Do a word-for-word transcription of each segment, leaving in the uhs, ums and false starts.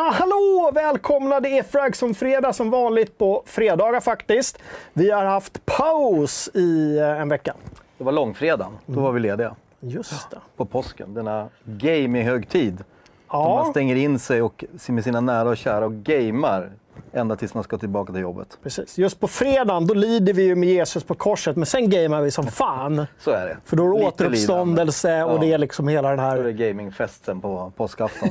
hallå! Välkomna! Det är Fragsson Fredag som vanligt på fredagar faktiskt. Vi har haft paus i en vecka. Det var långfredagen, då var vi lediga. Just det. På påsken, denna gaming-högtid. Ja. Då man stänger in sig och med sina nära och kära och gamar ända tills man ska tillbaka till jobbet. Precis. Just på fredagen, då lider vi ju med Jesus på korset, men sen gamar vi som fan. Så är det. För då är det Lite återuppståndelse lidande. och det är liksom hela den här... Då är det gamingfest sen på påskafton.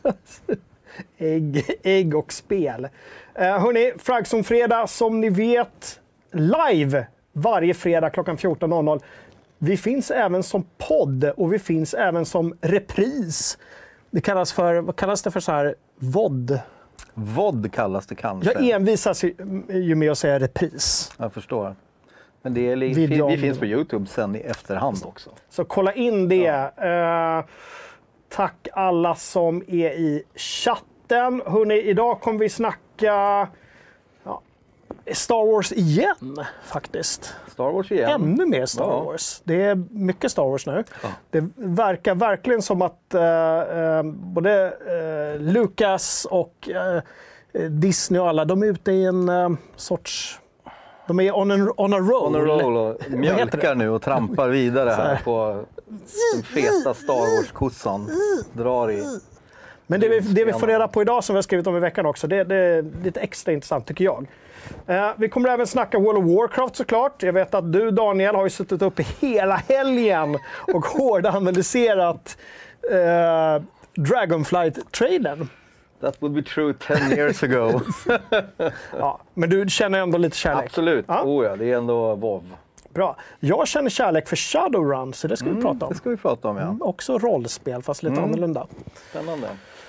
ägg, ägg och spel. Uh, hörni, Fragsson Fredag som ni vet live varje fredag klockan fjorton noll noll. Vi finns även som podd och vi finns även som repris. Det kallas för, vad kallas det för så här, V O D? V O D kallas det kanske. Jag envisas ju med att säga repris. Jag förstår. Men det är li- Video. vi finns på YouTube sen i efterhand också. Så kolla in det. Ja. Uh, tack alla som är i chatten. Hörrni, idag kommer vi snacka ja, Star Wars igen faktiskt. Star Wars igen. Ännu mer Star Ja. Wars. Det är mycket Star Wars nu. Ja. Det verkar verkligen som att uh, uh, både uh, Lucas och uh, Disney och alla, de är ute i en uh, sorts... De är on a, on a roll. On a roll och mjölkar nu och trampar vidare här på den feta Star Wars-kossan. Drar i... Men det vi, det vi får reda på idag som vi har skrivit om i veckan också, det, det är lite extra intressant tycker jag. Eh, vi kommer även snacka World of Warcraft såklart. Jag vet att du Daniel har ju suttit uppe hela helgen och hårdanalyserat eh, Dragonflight-trailern. That would be true ten years ago. Ja, men du känner ändå lite kärlek? Absolut. Ja. Oh ja, det är ändå WoW. Bra. Jag känner kärlek för Shadowrun, så det ska Mm, vi prata om. Det ska vi prata om, ja. Mm, också rollspel, fast lite Mm. annorlunda. Spännande.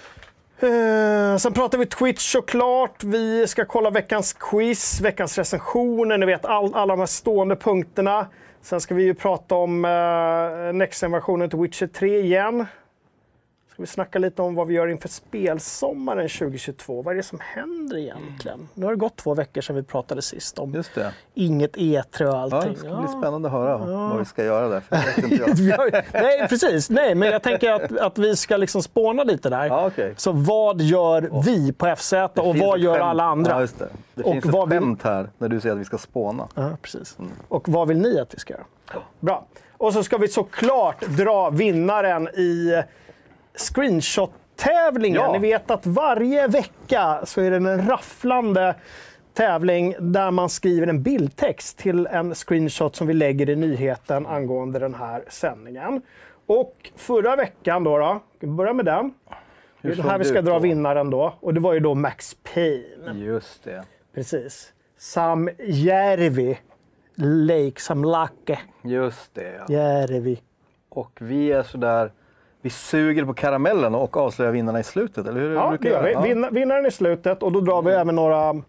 Eh, sen pratar vi Twitch såklart. Vi ska kolla veckans quiz, veckans recensioner, ni vet all, alla de här stående punkterna. Sen ska vi ju prata om eh, Next-versionen till Witcher tre igen. Ska vi snacka lite om vad vi gör inför spelsommaren tjugohundratjugotvå. Vad är det som händer egentligen? Nu har det gått två veckor sedan vi pratade sist om Just det. inget E tre och Ja, allting. det ska bli spännande att höra vad vi ska göra där. För det vet inte jag. Nej, precis. Nej, men jag tänker att, att vi ska liksom spåna lite där. Ja, okay. Så vad gör vi på F Z och vad gör alla andra? Ja, just det. Det Och finns vad ett vill- skämt här när du säger att vi ska spåna. Ja, precis. Och vad vill ni att vi ska göra? Bra. Och så ska vi såklart dra vinnaren i screenshot-tävlingen. Ja. Ni vet att varje vecka så är det en rafflande tävling där man skriver en bildtext till en screenshot som vi lägger i nyheten angående den här sändningen. Och förra veckan då, då vi börjar med den. Det är den här vi ska dra vinnaren då. Och det var ju då Max Payne. Just det. Precis. Sam Järvi. Lake Samlake. Just det, ja. Järvi. Och vi är sådär... Vi suger på karamellen och avslöjar vinnarna i slutet, eller hur? Ja, brukar det gör vi. göra? Vin, vinnaren i slutet och då drar vi även några, eh,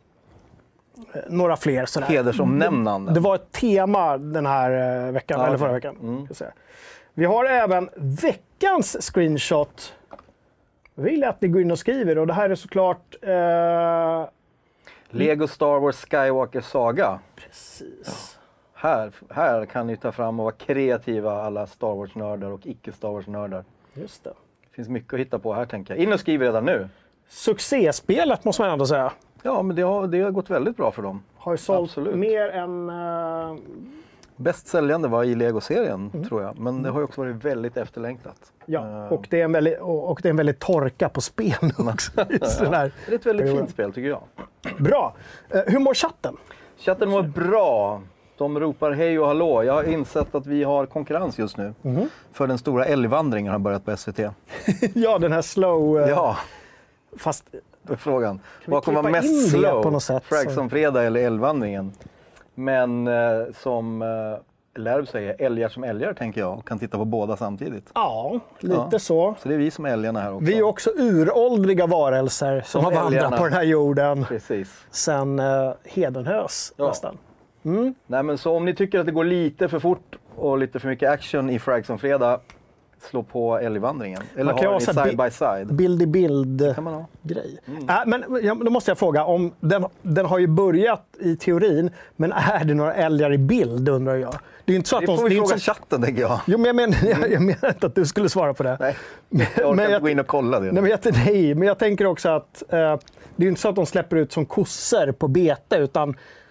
några fler. Sådär. Hedersomnämnanden. Det var ett tema den här eh, veckan, Ja, eller förra okej. veckan. Mm. Ska jag säga. Vi har även veckans screenshot. Jag vill att ni går in och skriver och det här är såklart... Eh, Lego Star Wars Skywalker Saga. precis. Här, här kan ni ta fram och vara kreativa, alla Star Wars-nördar och icke-Star Wars-nördar. Just det. Det finns mycket att hitta på här, tänker jag. In och skriv redan nu. Succéspelet måste man ändå säga. Ja, men det har, det har gått väldigt bra för dem. Har ju sålt Absolut. mer än... Eh, Bäst säljande var i Lego-serien, Mm. tror jag. Men det har ju också varit väldigt efterlängtat. ja, Eh, och det, är en väldigt, och, och det är en väldigt torka på spel också. Just det där. Det är ett väldigt perioden. fint spel, tycker jag. Bra. Eh, hur mår chatten? Chatten mår bra. De ropar hej och hallå. Jag har insett att vi har konkurrens just nu. Mhm. För den stora älgvandringen har börjat på S V T. Ja, den här slow... eh, Ja, Fast det är frågan. vi Vad kommer vara klippa in mest det slow? på något sätt, Frags så- som fredag eller älgvandringen? Men eh, som eh, Lärv säger, älgar som älgar tänker jag. Och kan titta på båda samtidigt. ja, lite Ja. så. Så det är vi som är älgarna här också. Vi är också uråldriga varelser som, Som har vandrat älgarna. på den här jorden Precis. sen eh, Hedenhös Ja. nästan. Nej, men så om ni tycker att det går lite för fort och lite för mycket action i Frags som fredag, slå på älgvandringen? Eller Man kan har ha det så här side bi- by side? Bild i bild Kan man ha. grej. Äh, men ja, då måste jag fråga, om den, den har ju börjat i teorin, men är det några älgar i bild undrar jag? Det är ju inte så att Det de... får vi det är fråga inte så, chatten, tänker jag. jo, men jag, men, jag, jag menar inte att du skulle svara på det. Nej, jag orkar Men inte jag- gå in och kolla det. Nej, men jag, nej, men jag tänker också att eh, det är ju inte så att de släpper ut som kossor på bete, utan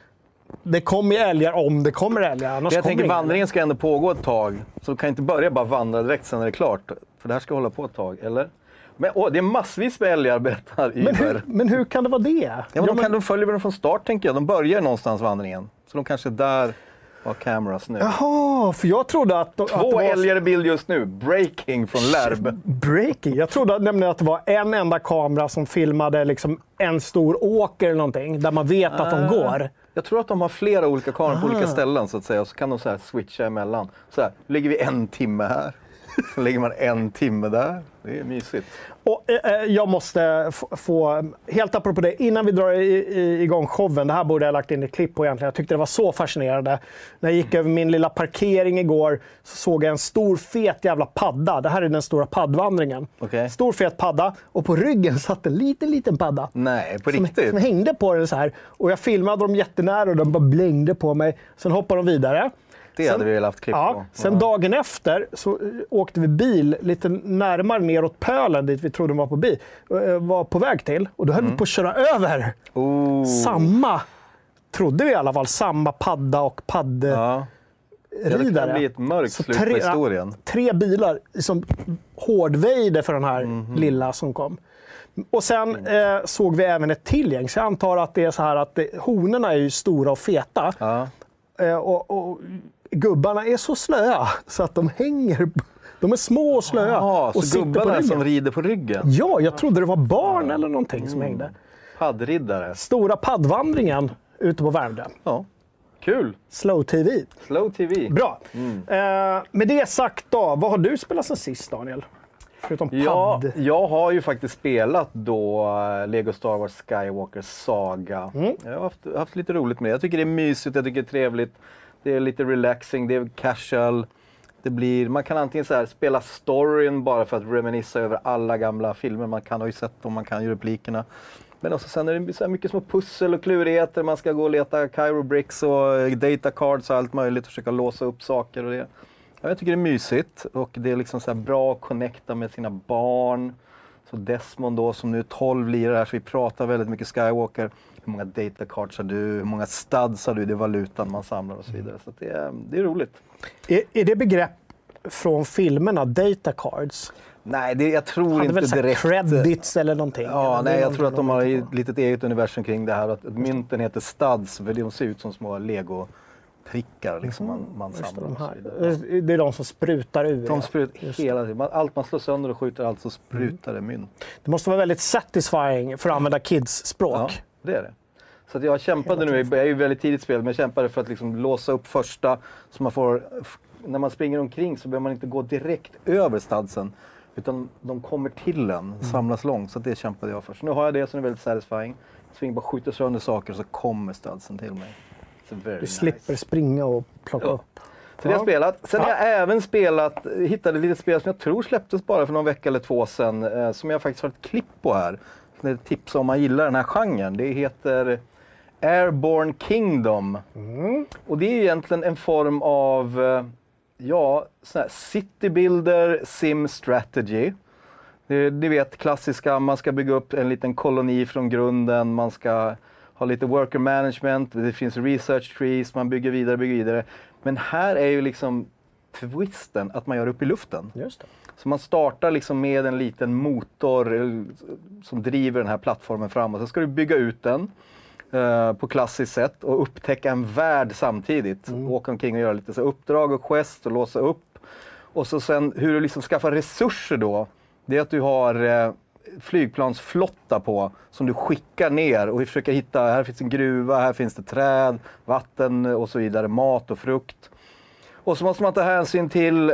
det kommer ju älgar om det kommer älgar. Annars Jag kommer tänker inga vandringen ska ändå pågå ett tag, så du kan inte börja bara vandra direkt sen är det klart. För det här ska hålla på ett tag, eller? Men åh, det är massvis med älgar, berättar älgar. Men Iver. hur, men hur kan det vara det? Ja, men Ja, de, men- kan, de följer väl från start, tänker jag. De börjar någonstans vandringen. Så de kanske är där har cameras nu. Jaha, för jag trodde att... att det Två var älgar i bild just nu. Breaking från Lärb. breaking. Jag trodde nämligen att det var en enda kamera som filmade liksom en stor åker eller någonting, där man vet att de går. Jag tror att de har flera olika kameror på olika ställen, så att säga. Och så kan de så här switcha emellan. Så här, nu ligger vi en timme här. Så lägger man en timme där. Det är mysigt. Och, eh, jag måste f- få, helt apropå det, innan vi drar i, i, igång showen, det här borde jag ha lagt in ett klipp på egentligen, jag tyckte det var så fascinerande. När jag gick över min lilla parkering igår så såg jag en stor fet jävla padda. Det här är den stora paddvandringen. Okej. Stor fet padda och på ryggen satt en liten, liten padda. Nej, på Som, riktigt? som hängde på den så här. Och jag filmade dem jättenära och de bara blängde på mig. Sen hoppade de vidare. Det Sen- hade vi väl haft klipp Ja, på. sen dagen efter så eh, åkte vi bil lite närmare neråt Pölen dit vi trodde de var på, bi, eh, var på väg till. Och då höll Mm. vi på att köra över Oh. samma, trodde vi i alla fall, samma padda och paddridare. Ja. Ja, det kan bli ett mörkt Så slut på tre- historien. Tre bilar som hårdväjde för den här Mhm. lilla som kom. Och sen eh, såg vi även ett till gäng. Så jag antar att det är så här att det, honorna är ju stora och feta. Ja. Eh, och, och gubbarna är så slöa så att de hänger. De är små och slöa Ja, och så sitter på gubbarna ryggen. som rider på ryggen. Ja, jag trodde det var barn eller någonting som hängde. Paddriddare. Stora paddvandringen ute på Värmdö. Ja. Kul. Slow T V. Slow T V. Bra. Mm. Eh, med det sagt då, vad har du spelat sen sist, Daniel? Förutom Ja, padd. jag har ju faktiskt spelat då eh, Lego Star Wars Skywalker Saga. Mm. Jag har haft, haft lite roligt med det. Jag tycker det är mysigt, jag tycker det är trevligt. Det är lite relaxing, det är casual. Det blir, man kan antingen så här spela storyn bara för att reminissa över alla gamla filmer. Man kan ha ju sett dem, man kan ju replikerna. Men också sen är det så här mycket små pussel och klurigheter. Man ska gå och leta Cairo Bricks och data cards och allt möjligt. Och försöka låsa upp saker och det. Ja, jag tycker det är mysigt och det är liksom så här bra att connecta med sina barn. Så Desmond då som nu är tolv lirar här, så vi pratar väldigt mycket Skywalker. Hur många data cards har du? Hur många studs har du? Det är valutan man samlar och så vidare. Så att det, är, det är roligt. Är, är det begrepp från filmerna, data cards? Nej, det, jag tror Hade inte väl så här direkt. credits eller någonting? Ja, eller? Det nej, är jag tror att de har någonting ett litet eget universum kring det här. Att mynten heter studs, för de ser ut som små Lego-prickar liksom man, man Just det, samlar. de och så här. vidare. Det är de som sprutar ur. De ja. sprutar Just hela tiden. Man- Allt man slår sönder och skjuter, allt så sprutar det mynt. Det måste vara väldigt satisfying för att använda kids språk. Ja, det är det. Så att jag kämpade nu, jag är ju väldigt tidigt spel, men jag kämpade för att liksom låsa upp första, så man får, när man springer omkring så behöver man inte gå direkt över stadsen, utan de kommer till en, samlas långt, så att det kämpade jag för. Så nu har jag det som är väldigt satisfying. Jag springer bara skjuter sönder saker och så kommer stadsen till mig. So very Du nice. slipper springa och plocka Ja. upp. Så det har jag spelat. Sen har Ja. jag även spelat, hittade ett litet spel som jag tror släpptes bara för någon vecka eller två sedan, eh, som jag faktiskt har ett klipp på här. Det är ett tips om man gillar den här genren. Det heter Airborne Kingdom. Mm. Och det är egentligen en form av, eh, ja, sån här city builder sim strategy. Det, ni vet klassiska, man ska bygga upp en liten koloni från grunden, man ska ha lite worker management, det finns research trees, man bygger vidare, bygger vidare. Men här är ju liksom twisten att man gör upp i luften. Just det. Så man startar liksom med en liten motor eh, som driver den här plattformen framåt. Så ska du bygga ut den eh, på klassiskt sätt och upptäcka en värld samtidigt. Mm. Åka omkring och göra lite så uppdrag och quest och låsa upp. Och så sen hur du liksom skaffar resurser då, det är att du har eh, flygplansflotta på som du skickar ner och vi försöker hitta, här finns en gruva, här finns det träd, vatten och så vidare, mat och frukt. Och så måste man ta hänsyn till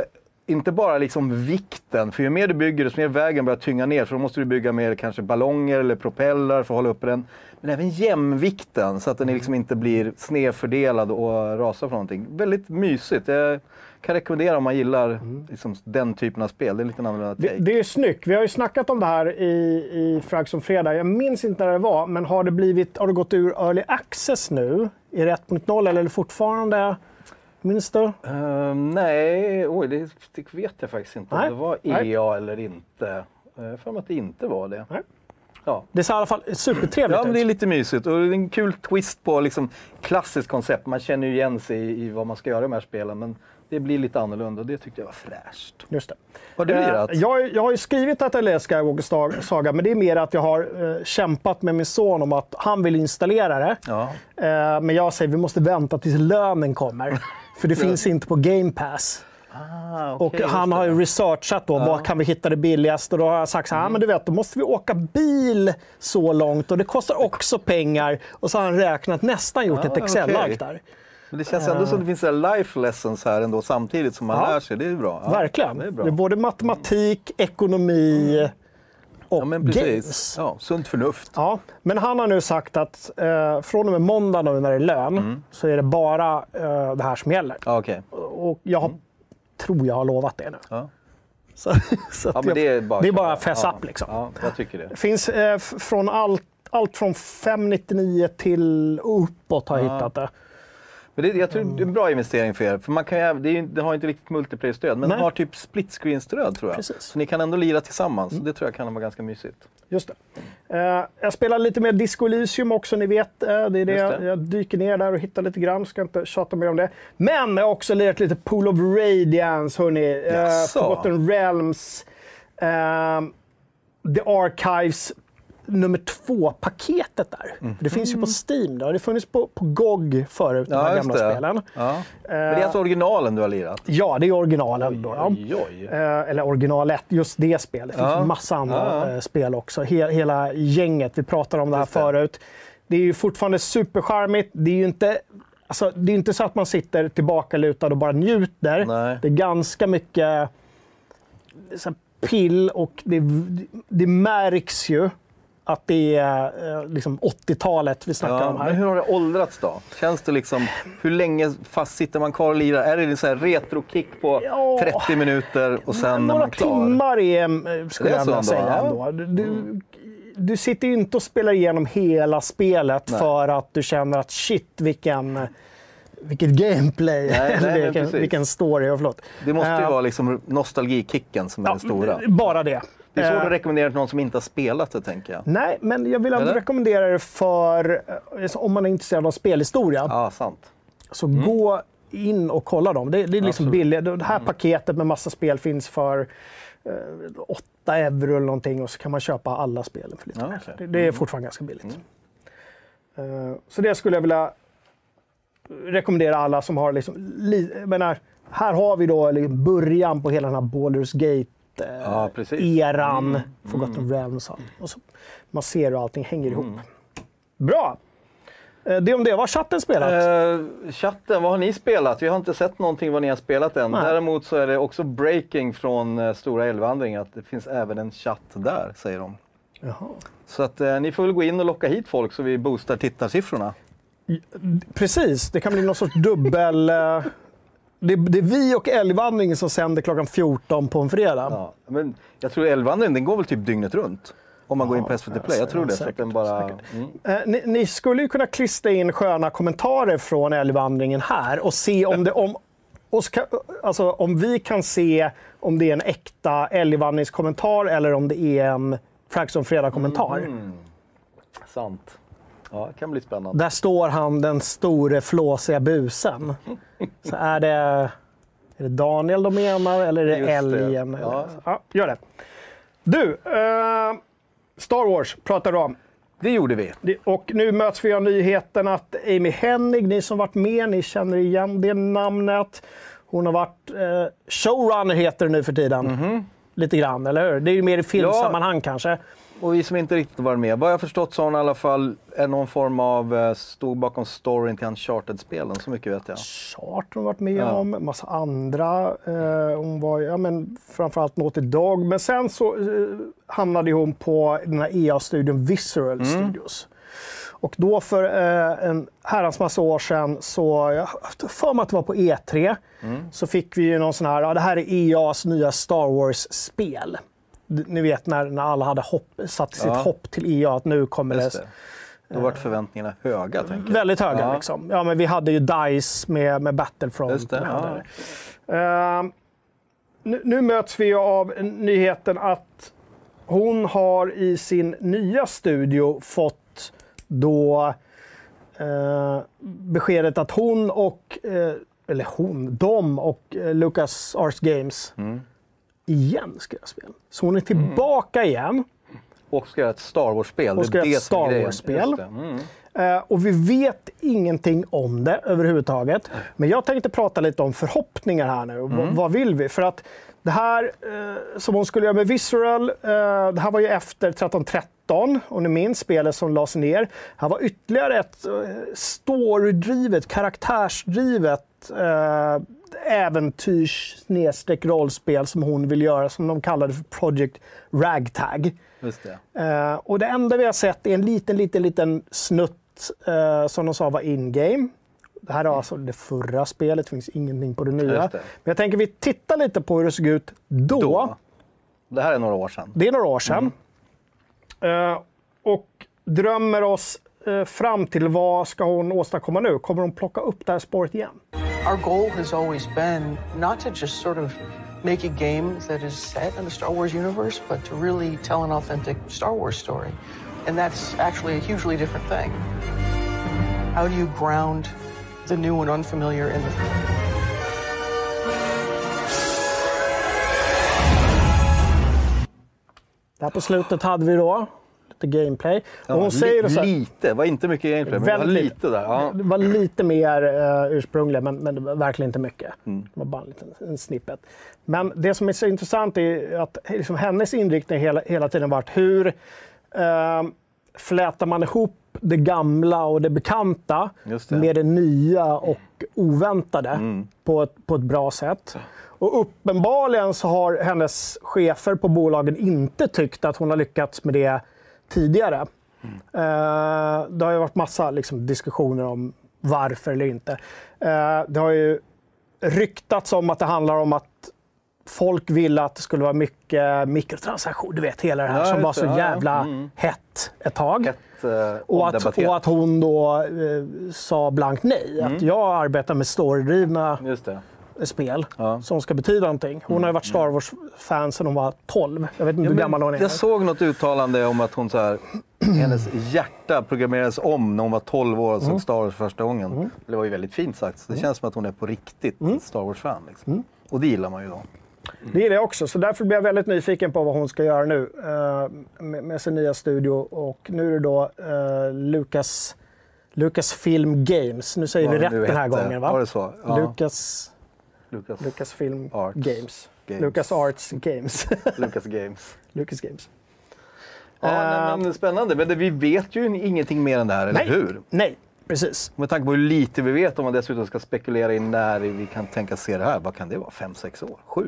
inte bara liksom vikten, för ju mer du bygger desto mer vägen börjar tynga ner, så då måste du bygga mer kanske ballonger eller propellrar för att hålla uppe den. Men även jämvikten, så att den liksom inte blir snedfördelad och rasar för någonting. Väldigt mysigt. Jag kan rekommendera om man gillar mm. liksom, den typen av spel. Det är lite annorlunda take. Det, det är snyggt. Vi har ju snackat om det här i, i Frags om fredag. Jag minns inte när det var, men har det, blivit, har det gått ur Early Access nu? Är det ett punkt noll eller är det fortfarande... Minns du? Uh, nej, oj, det, det vet jag faktiskt inte nej. om det var E A nej. eller inte. Jag för mig att det inte var det. Nej. Ja. Det ser i alla fall supertrevligt ja, ut. Men det är lite mysigt och det är en kul twist på liksom klassiskt koncept. Man känner ju igen sig i, i vad man ska göra i de här spelen, men det blir lite annorlunda och det tyckte jag var fräscht. Just det. Vad har du lirat? Eh, jag, jag har ju skrivit att jag läser Skywalker Saga, men det är mer att jag har eh, kämpat med min son om att han vill installera det. Ja. Eh, men jag säger vi måste vänta tills lönen kommer, för det finns inte på Game Pass. Ah, okay, och han har ju researchat då, ja. vad kan vi hitta det billigast? Och då har jag sagt så här, mm. men du vet, då måste vi åka bil så långt och det kostar också pengar. Och så har han räknat, nästan gjort ah, ett Excel-ark okay. där. Men det känns ändå som det finns så life lessons här ändå samtidigt som man ja. lär sig. Det är bra. Ja, verkligen. Det är, bra. Det är både matematik, ekonomi mm. och ja, men games. Ja, sunt förnuft. Ja, men han har nu sagt att eh, från och med måndag nu när det är lön mm. så är det bara eh, det här som gäller. Ah, okay. Och jag har, mm. tror jag har lovat det nu. Ja. Så, så ja, men det är bara, det är bara fess ja. up liksom. Ja, jag tycker det. Det finns eh, från allt, allt från fem nittionio till uppåt har jag ja. hittat det. Men det, jag tror det är en bra investering för er. För man kan ju, det, är, det har inte riktigt multiplayer-stöd, men det har typ split-screen-stöd tror jag. Precis. Så ni kan ändå lira tillsammans. Mm. Det tror jag kan vara ganska mysigt. Just det. Uh, jag spelar lite mer Disco Elysium också, ni vet. Uh, det är det. det. Jag dyker ner där och hittar lite grann, ska inte tjata mer om det. Men jag har också lirat lite Pool of Radiance, hörni. Uh, Forgotten Realms, uh, The Archives, nummer två-paketet där. Mm. Det finns ju på Steam då. Det funnits på, på G O G förut, ja, de här gamla det. spelen. Ja. Men det är alltså originalen du har lirat? Ja, det är originalen. Oj, då, ja. oj, oj. Eller original ett, just det spelet. Det finns ja. massa andra ja. spel också. He hela gänget, vi pratade om det här det. förut. Det är ju fortfarande supercharmigt. Det är ju inte, alltså, det är inte så att man sitter tillbaka lutad och bara njuter. Nej. Det är ganska mycket så här, pill och det, det märks ju att det är liksom åttiotalet vi snackar ja, om här. Men hur har det åldrats då? Känns det liksom, hur länge fast sitter man kvar och lirar? Är det en sån här retro-kick på ja, trettio minuter och sen när man är klar? Några timmar är, skulle jag vilja säga ändå. Du, mm. du sitter ju inte och spelar igenom hela spelet nej. för att du känner att shit, vilken, vilket gameplay, nej, nej, vilken, vilken story. Och förlåt. Det måste ju uh, uh, vara liksom nostalgikicken som är ja, den stora. Bara det. Det är svårt att rekommendera till någon som inte har spelat det, tänker jag. Nej, men jag vill ändå rekommendera det för om man är intresserad av spelhistoria. Ja, sant. Så mm. gå in och kolla dem. Det, det är liksom billigt. Det här mm. paketet med massa spel finns för eh, åtta euro eller någonting och så kan man köpa alla spelen för lite ja, okay. det, det är fortfarande ganska billigt. Mm. Uh, så det skulle jag vilja rekommendera alla som har liksom, li, menar, här har vi då liksom början på hela den här Baldur's Gate ja, eran, mm. Forgotten mm. Realms. Och så, man ser hur allting hänger ihop. Mm. Bra! Det om det. Vad har chatten spelat? Uh, chatten, vad har ni spelat? Vi har inte sett någonting vad ni har spelat än. Nej. Däremot så är det också breaking från uh, Stora Älvvandring att det finns även en chatt där, säger de. Jaha. Så att uh, ni får väl gå in och locka hit folk så vi boostar tittarsiffrorna. Precis, det kan bli någon sorts dubbel... Uh... Det, det är vi och Älgvandringen som sänder klockan fjorton på en fredag. Ja, men jag tror Älgvandringen, den går väl typ dygnet runt. Om man ja, går in på S V T Play. Jag tror det. Säkert, så att den bara... mm. eh, ni, ni skulle ju kunna klistra in sköna kommentarer från Älgvandringen här och se om det... Om, och ska, alltså, om vi kan se om det är en äkta Älgvandringskommentar eller om det är en Frags om fredag-kommentar. Mm. Sant. Ja, det kan bli spännande. Där står han, den store flåsiga busen. Så är det, är det Daniel de menar eller är det Just älgen? Det. Eller? Ja. Ja, gör det. Du, uh, Star Wars pratar du om. Det gjorde vi. Och nu möts vi av nyheten att Amy Hennig, ni som varit med, ni känner igen det namnet. Hon har varit uh, showrunner heter det nu för tiden. Mm-hmm. Lite grann, eller hur? Det är ju mer i filmsammanhang ja. kanske. och vi som inte riktigt varit med. Vad jag förstått så har hon i alla fall är någon form av eh, stod bakom storyn till Uncharted-spelen, så mycket vet jag. Uncharted har varit med Ja. om, massa andra. Eh, hon var ja, men framförallt Naughty Dog. Men sen så eh, hamnade hon på den här E A-studion Visceral Mm. Studios. Och då för eh, en herrans massa år sedan, så jag har för mig att det var på E tre, Mm. så fick vi ju någon sån här, ja det här är E A:s nya Star Wars-spel. D- Ni vet när, när alla hade hopp, satt sitt Ja. hopp till E A att nu kommer Just det. det. Då vart förväntningarna höga, tänker jag. Väldigt höga Ja. liksom. Ja, men vi hade ju DICE med, med Battlefront. Just det, och vi hade ja. det. Eh, nu, nu möts vi av nyheten att hon har i sin nya studio fått då eh, beskedet att hon och, eh, eller hon, de och eh, Lucas Arts Games Mm. igen ska göra spel. Så hon är tillbaka igen. Och ska göra ett Star Wars-spel. Och ska Det är göra det ett som är Star grejen. Wars-spel. Just det. Mm. Eh, och vi vet ingenting om det överhuvudtaget. Men jag tänkte prata lite om förhoppningar här nu. V- vad vill vi? För att det här eh, som hon skulle göra med Visceral, eh, det här var ju efter tretton tretton, om ni minns spelet som lades ner. Det här var ytterligare ett eh, storydrivet, karaktärsdrivet eh, äventyrs snedstreck rollspel som hon vill göra, som de kallade för Project Ragtag. Just det. Eh, och det enda vi har sett är en liten, liten, liten snutt eh, som de sa var in-game. Det här är alltså det förra spelet, det finns ingenting på det nya. Just det. Men jag tänker vi tittar lite på hur det såg ut då. Då. Det här är några år sedan. Det är några år sedan. Eh, och drömmer oss eh, fram till vad ska hon åstadkomma nu? Kommer hon plocka upp det här spåret igen? Our goal has always been not to just sort of make a game that is set in the Star Wars universe, but to really tell an authentic Star Wars story. And that's actually a hugely different thing. How do you ground the new and unfamiliar in the... Där på slutet hade vi då lite gameplay. Och Ja, hon li- säger så här, lite, det var inte mycket gameplay, men det var Väldigt- lite där. Ja. det var lite mer uh, ursprungliga, men, men det var verkligen inte mycket. Mm. Det var bara en liten en snippet. Men det som är så intressant är att liksom, hennes inriktning hela, hela tiden varit hur uh, flätar man ihop det gamla och det bekanta Just det. med det nya och oväntade Mm. på, ett, på ett bra sätt. Och uppenbarligen så har hennes chefer på bolagen inte tyckt att hon har lyckats med det tidigare. Mm. Eh, det har ju varit massa liksom, diskussioner om varför eller inte. Eh, det har ju ryktats om att det handlar om att folk ville att det skulle vara mycket mikrotransaktioner. Du vet, hela det här Ja, som just var så det. Ja, ja. jävla Mm. hett ett tag. Ett, eh, Och att, omdebatterat. och att hon då eh, sa blankt nej. Mm. Att jag arbetar med storydrivna Just det. spel Ja. som ska betyda någonting. Hon har ju varit Star Wars-fan sedan hon var tolv. Jag vet inte Ja, hur men gammal hon är. jag såg något uttalande om att hon så här, hennes hjärta programmerades om när hon var tolv år och såg Star Wars första gången. Det var ju väldigt fint sagt. Så det känns som att hon är på riktigt Star Wars-fan. Liksom. Och det gillar man ju då. Det gillar jag också, så därför blir jag väldigt nyfiken på vad hon ska göra nu eh, med, med sin nya studio. Och nu är det då eh, Lucas, Lucasfilm Games. Nu säger Vad vi det rätt nu den här hette. gången, va? Var det så? Ja. Lucas, Lucas, Lucasfilm Arts Games. Games. Lucas Arts Games. Lucas Games. Lucas Games. Ja, nej, men spännande. Men det, vi vet ju ingenting mer än det här, eller Nej, hur? nej, precis. Med tanke på hur lite vi vet, om man dessutom ska spekulera in när vi kan tänka se det här. Vad kan det vara? Fem, sex år? Sju?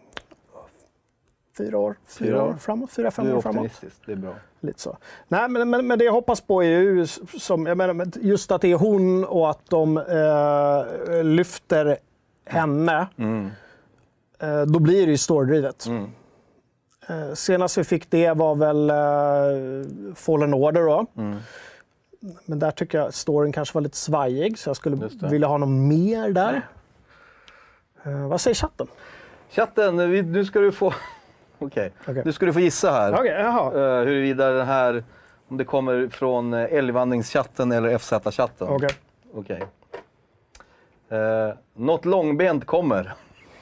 Fyra år, fyra, Fyra år. år framåt, fyra, fem Det är år framåt. optimistiskt, det är bra. Lite så. Nej, men, men, men det jag hoppas på är ju som, jag menar, just att det är hon och att de eh, lyfter henne. Mm. Eh, då blir det ju storydrivet. Mm. Eh, senast vi fick det var väl eh, Fallen Order då. Mm. Men där tycker jag storyn kanske var lite svajig, så jag skulle Just det. vilja ha något mer där. Eh, vad säger chatten? Chatten, vi- nu ska du få... Okej, Okej. nu ska du få gissa här. Okej, jaha. Eh, huruvida den här, om det kommer från eh, älgvandringschatten eller F Z-chatten. Okej. Okej. Eh, något långbent kommer.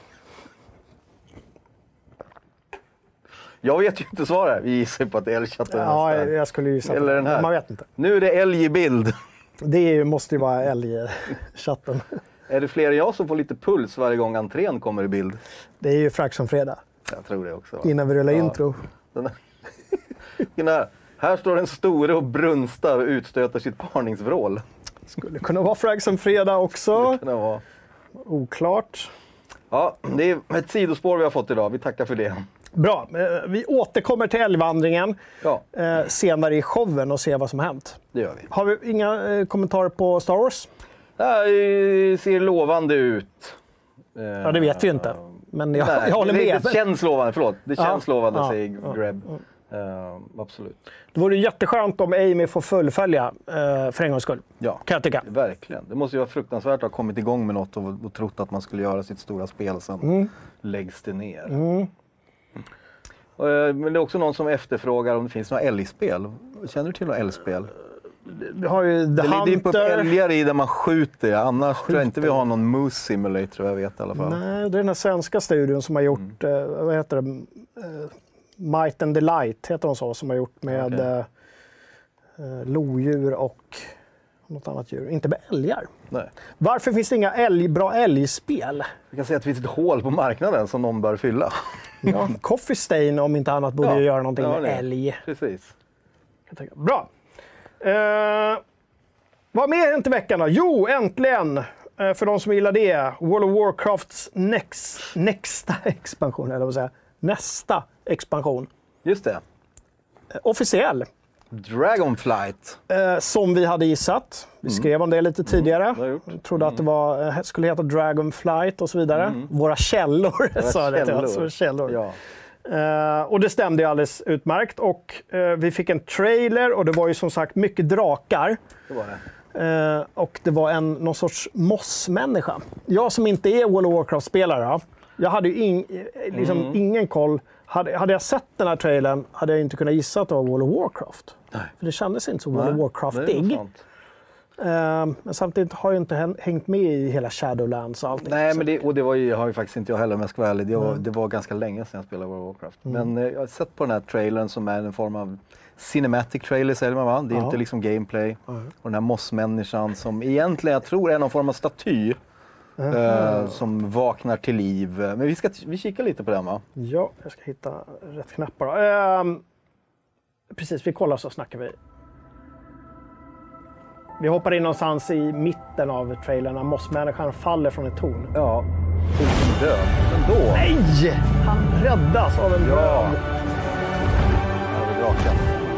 Jag vet ju inte svaret. Vi gissar på att det är älgchatten. Ja, nästa. jag skulle ju säga Eller den här. Man vet inte. Nu är det älg i bild. Det är, ju- måste ju vara älgchatten. Är det fler än jag som får lite puls varje gång entrén kommer i bild? Det är ju Fraction Fredag. Jag tror det också. Va? Innan vi rullar Ja. intro. Den, Här, här står den store och brunstar och utstöter sitt parningsvrål. Skulle kunna vara Frags en fredag också. Skulle kunna vara. Oklart. Ja, det är ett sidospår vi har fått idag. Vi tackar för det. Bra. Vi återkommer till älgvandringen ja. eh, senare i showen och ser vad som har hänt. Det gör vi. Har vi inga eh, kommentarer på Star Wars? Det ser lovande ut. Ja, det vet vi inte. Men jag, Nej, jag håller med. Det, det känns lovande, förlåt. Det känns ja, lovande, ja, säger ja, Greb. Ja. Uh, absolut. Det vore jätteskönt om Amy får fullfölja uh, för en gångs skull. Ja, kan jag tycka. Verkligen. Det måste ju vara fruktansvärt att ha kommit igång med något och, och trott att man skulle göra sitt stora spel, sen mm. läggs det ner. Mm. Uh, men det är också någon som efterfrågar om det finns några älgspel. Känner du till några älgspel? Vi har ju The det Hunter. Det är på älgar i där man skjuter. Annars skjuter. Tror jag inte vi har någon Moose Simulator, jag vet i alla fall. Nej, det är den här svenska studion som har gjort, mm. uh, vad heter det? Uh, Might and Delight heter de så, som har gjort med okay. uh, lodjur och något annat djur. Inte med älgar. Nej. Varför finns det inga älg, bra älgspel? Vi kan säga att det finns ett hål på marknaden som någon bör fylla. Ja, Coffee Stain om inte annat borde ja. göra någonting ja, med nej. älg. Precis. Bra. Uh, vad mer hänt i veckan då? Jo, äntligen! Uh, för de som gillar det. World of Warcrafts next, nästa expansion, eller vad säga. Nästa expansion. Just det. Uh, officiell. Dragonflight. Uh, som vi hade gissat. Vi skrev mm. om det lite tidigare. Mm, det trodde mm. att det var, uh, skulle heta Dragonflight och så vidare. Mm. Våra källor Våra sa det till oss. Källor. Ja. Uh, och det stämde ju alldeles utmärkt. Och uh, vi fick en trailer och det var ju som sagt mycket drakar. Det var det. Uh, och det var en, någon sorts mossmänniska. Jag som inte är World of Warcraft-spelare, jag hade ju in, liksom mm. ingen koll. Hade, hade jag sett den här trailern hade jag inte kunnat gissa att det var World of Warcraft. Nej. För det kändes inte så World of Warcraft-ig. Uh, men samtidigt har jag inte hängt med i hela Shadowlands och allting. Nej, men det, och det var ju, har ju faktiskt inte jag heller om jag ska vara ärlig. Det var, mm. det var ganska länge sedan jag spelade World of Warcraft. Mm. Men uh, jag har sett på den här trailern som är en form av cinematic trailer, säger man va? Det är ja. inte liksom gameplay. Mm. Och den här mossmänniskan som egentligen, jag tror, är någon form av staty. Mm. Uh, som vaknar till liv. Men vi ska vi kika lite på den, va? Ja, jag ska hitta rätt knappar då. Uh, precis, vi kollar så snackar vi. Vi hoppar in någonstans i mitten av trailern när mossmänniskan faller från ett torn. Ja, till död. Men då... Nej! Han räddas av en ja. död. Ja, det är draken.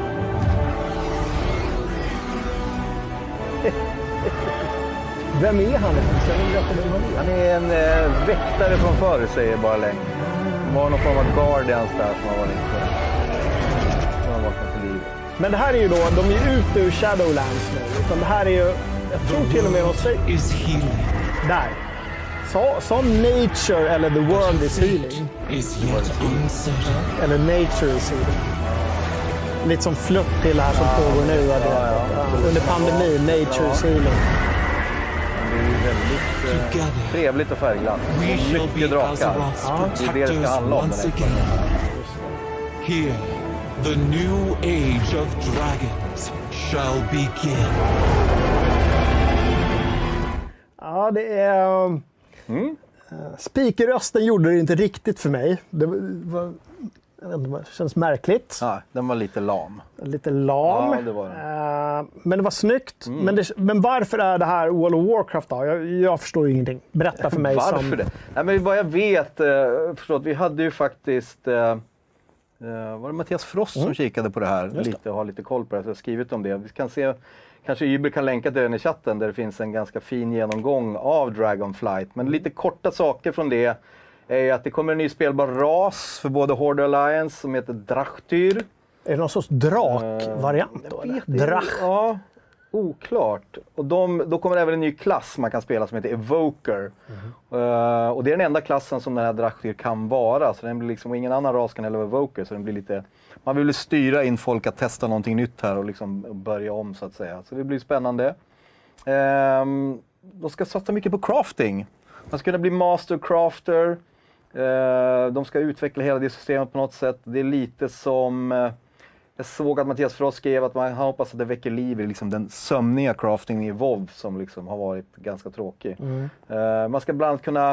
Vem är han? Han är en eh, väktare från förr, säger bara länge. Det var någon form av guardians där som har varit som har vaknat till liv. Men det här är ju då, de är ute ur Shadowlands nu. Utan det här är ju, jag tror till och med de säger... Där. Så, så nature eller the world is healing. Eller nature is healing. Lite som flutt till det här som ja, pågår nu. Ja, ja, ja. Under pandemin, nature ja. is healing. Det är ju väldigt eh, trevligt och färgglatt. Mycket drakar. Ja. Det är det det ska handla om. Here, the new age of dragons shall begin. Ja, det är... Mm. Speakerrösten gjorde det inte riktigt för mig. Det var... Jag vet inte, det känns märkligt. Ja, den var lite lam. Lite lam. Ja, det var det. Uh, men det var snyggt. Mm. Men, det, men varför är det här World of Warcraft då? Jag, jag förstår ju ingenting. Berätta för mig. Varför som... det? Nej, men vad jag vet, uh, förstått, vi hade ju faktiskt... Uh, uh, var det Mattias Frost mm. som kikade på det här? Lite, det. Har lite koll på det. Så jag har skrivit om det. Vi kan se... Kanske Uber kan länka till den i chatten där det finns en ganska fin genomgång av Dragonflight. Men lite korta saker från det är att det kommer en ny spelbar ras för både Horde Alliance som heter Drachtyr. Är det någon sorts drakvariant då? Uh, Drach? Ja, oklart. Och de, då kommer även en ny klass man kan spela som heter Evoker. Mm. Uh, och det är den enda klassen som den här Drachtyr kan vara. Så den blir liksom, och ingen annan ras kan heller vara Evoker. Så den blir lite, man vill styra in folk att testa någonting nytt här och liksom börja om så att säga. Så det blir spännande. Uh, de ska satsa mycket på crafting. Man ska kunna bli mastercrafter. Uh, de ska utveckla hela det systemet på något sätt. Det är lite som... Uh, jag såg att Mattias Frost skrev att man hoppas att det väcker liv i liksom den sömniga craftingen i WoW som liksom har varit ganska tråkig. Mm. Uh, man ska bland annat kunna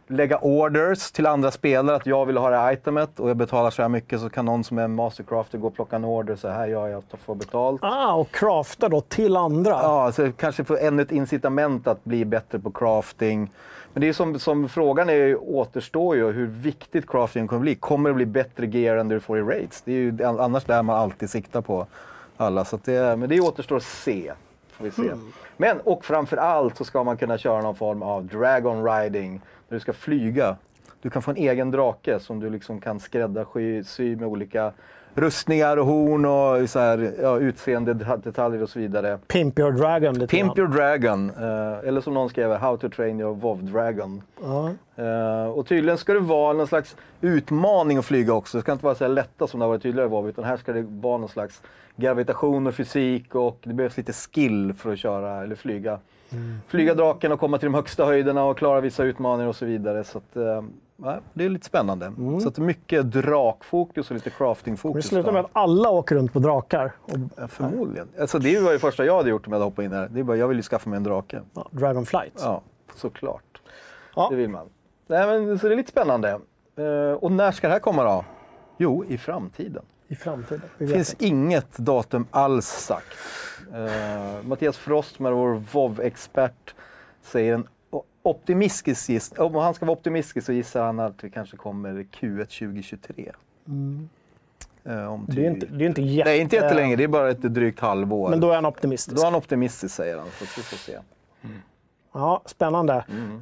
lägga orders till andra spelare att jag vill ha det här itemet och jag betalar så här mycket, så kan någon som är en mastercrafter gå och plocka en order så här gör jag att få betalt. Ah, och crafta då till andra. Ja, så kanske få ännu ett incitament att bli bättre på crafting. Men det är som, som frågan är, återstår ju hur viktigt crafting kommer bli. Kommer det bli bättre gear än det du får i raids? Det är ju annars där man alltid siktar på alla. Så att det, men det återstår att se. Får vi se. Mm. Men, och framför allt så ska man kunna köra någon form av dragon riding. Där du ska flyga. Du kan få en egen drake som du liksom kan skräddarsy sy med olika rustningar och horn och så här, ja, utseende detaljer och så vidare. Pimp your dragon lite Pimp your dragon. Uh, eller som någon skrev, How to train your WoW dragon. Uh. Uh, och tydligen ska det vara någon slags utmaning att flyga också. Det ska inte vara så här lätta som det har varit tydligare i WoW, utan här ska det vara någon slags gravitation och fysik och det behövs lite skill för att köra eller flyga. Mm. Flyga draken och komma till de högsta höjderna och klara vissa utmaningar och så vidare. Så att, uh, ja, det är lite spännande. Mm. Så att det är mycket drakfokus och lite craftingfokus. Det slutar med att alla åker runt på drakar. Och... Ja, förmodligen. Alltså, det var ju första jag hade gjort om jag hade hoppat in här. Det är bara, jag vill ju skaffa mig en drake. Ja, Dragonflight. Ja, såklart. Ja. Det vill man. Nej, men, så det är lite spännande. Uh, och när ska det här komma då? Jo, i framtiden. I framtiden. Det finns det. Inget datum alls sagt. Uh, Mattias Frost, med vår WoW-expert, säger en optimistisk giss. Om han ska vara optimistisk så gissar han att det kanske kommer Q ett tjugohundratjugotre. Mm. Uh, om det är inte, det är inte jätte... Nej, inte jättelänge. Det är bara ett drygt halvår. Men då är han optimistisk. Då är han optimistisk, säger han. Så vi får se. Mm. Ja, spännande.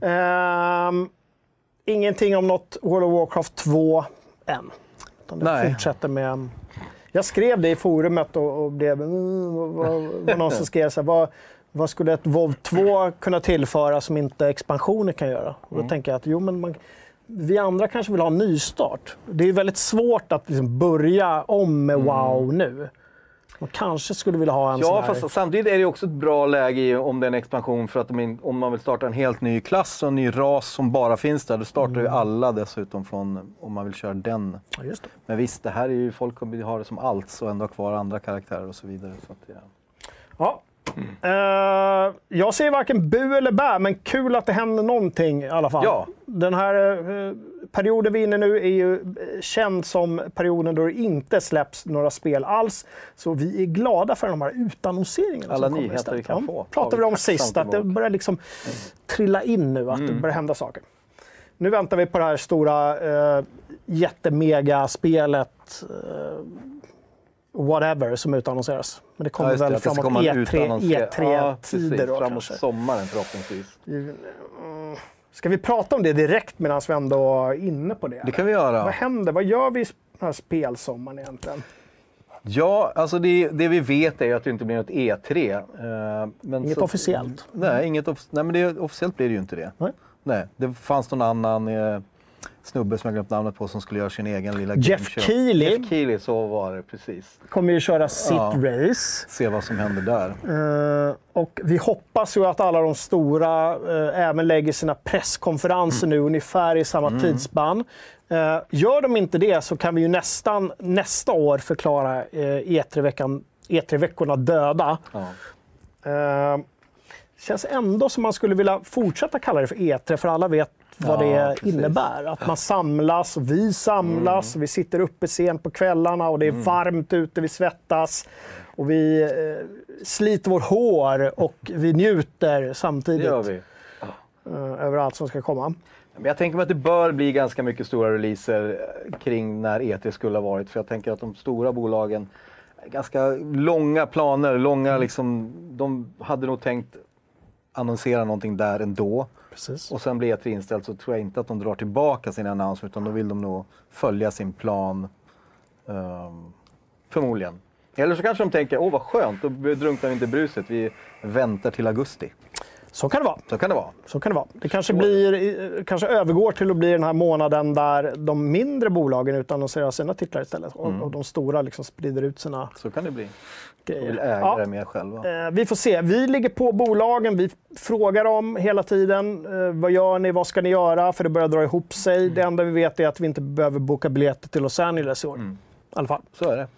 Mm. Uh, ingenting om något World of Warcraft två än. Utan det Nej. fortsätter med... Jag skrev det i forumet och, och det var, var någon som skrev så här, vad, vad skulle ett WoW två kunna tillföra som inte expansioner kan göra? Och då mm. tänker jag att jo, men man, vi andra kanske vill ha en nystart. Det är väldigt svårt att liksom börja om med WoW mm. nu. Man kanske skulle vilja ha en ja, sån här... fast samtidigt är det också ett bra läge om det är en expansion, för att om man vill starta en helt ny klass och en ny ras som bara finns där, då startar mm. ju alla dessutom från, om man vill köra den. Ja, just det. Men visst, det här är ju, folk kommer ha det som allt så ändå kvar andra karaktärer och så vidare. Så att, ja. Ja. Mm. Uh, jag ser varken bu eller bä, men kul att det händer någonting i alla fall. Ja. Den här uh, perioden vi är inne nu är ju känd som perioden då det inte släpps några spel alls. Så vi är glada för de här utannonseringarna. Alla som nyheter vi kan ja, få. Pratade vi om sist, att det börjar liksom mm. trilla in nu, att mm. det börjar hända saker. Nu väntar vi på det här stora uh, jättemega-spelet uh, whatever som utannonseras. Men det kommer ja, det, väl framåt E tre-tider ja, då framåt sommaren förhoppningsvis. Ska vi prata om det direkt medan vi ändå är inne på det? Det kan vi göra. Vad händer? Vad gör vi i den här spelsommaren egentligen? Ja, alltså det, det vi vet är att det inte blir något E tre. Men inget så, officiellt? Nej, inget off, nej, men det, officiellt blir det ju inte det. Nej. Nej, det fanns någon annan... Eh, snubbe som jag glömt namnet på som skulle göra sin egen lilla Jeff Keely. Jeff Keely, så var det precis. Kommer ju köra sitt ja, race. Se vad som händer där. Uh, och vi hoppas ju att alla de stora uh, även lägger sina presskonferenser mm. nu ungefär i samma mm. tidsspann. Uh, gör de inte det så kan vi ju nästan nästa år förklara uh, E tre-veckan, E tre-veckorna döda. Ja. Uh, känns ändå som man skulle vilja fortsätta kalla det för E tre, för alla vet vad det ja, innebär. Att man samlas, och vi samlas, mm. och vi sitter uppe sent på kvällarna och det är mm. varmt ute, vi svettas och vi eh, sliter vårt hår och vi njuter samtidigt. Det gör vi. Eh, över allt som ska komma. Men jag tänker mig att det bör bli ganska mycket stora releaser kring när E tre skulle ha varit, för jag tänker att de stora bolagen, ganska långa planer, långa mm. liksom, de hade nog tänkt annonsera någonting där ändå. Precis. Och sen blir E tre inställt, så tror jag inte att de drar tillbaka sin annons, utan då vill de nog följa sin plan. Um, förmodligen. Eller så kanske de tänker, åh vad skönt, då drunknar vi inte bruset, vi väntar till augusti. Så kan det vara. Så kan det vara. Så kan det vara. Det kanske, blir, kanske övergår till att bli den här månaden där de mindre bolagen utannonserar sina titlar istället. Mm. Och, och de stora liksom sprider ut sina Så kan det bli. grejer. De vill äga ja. det mer själva. Eh, vi får se. Vi ligger på bolagen. Vi frågar dem hela tiden. Eh, vad gör ni? Vad ska ni göra? För det börjar dra ihop sig. Mm. Det enda vi vet är att vi inte behöver boka biljetter till Los Angeles i år. Mm. I alla fall. Så är det.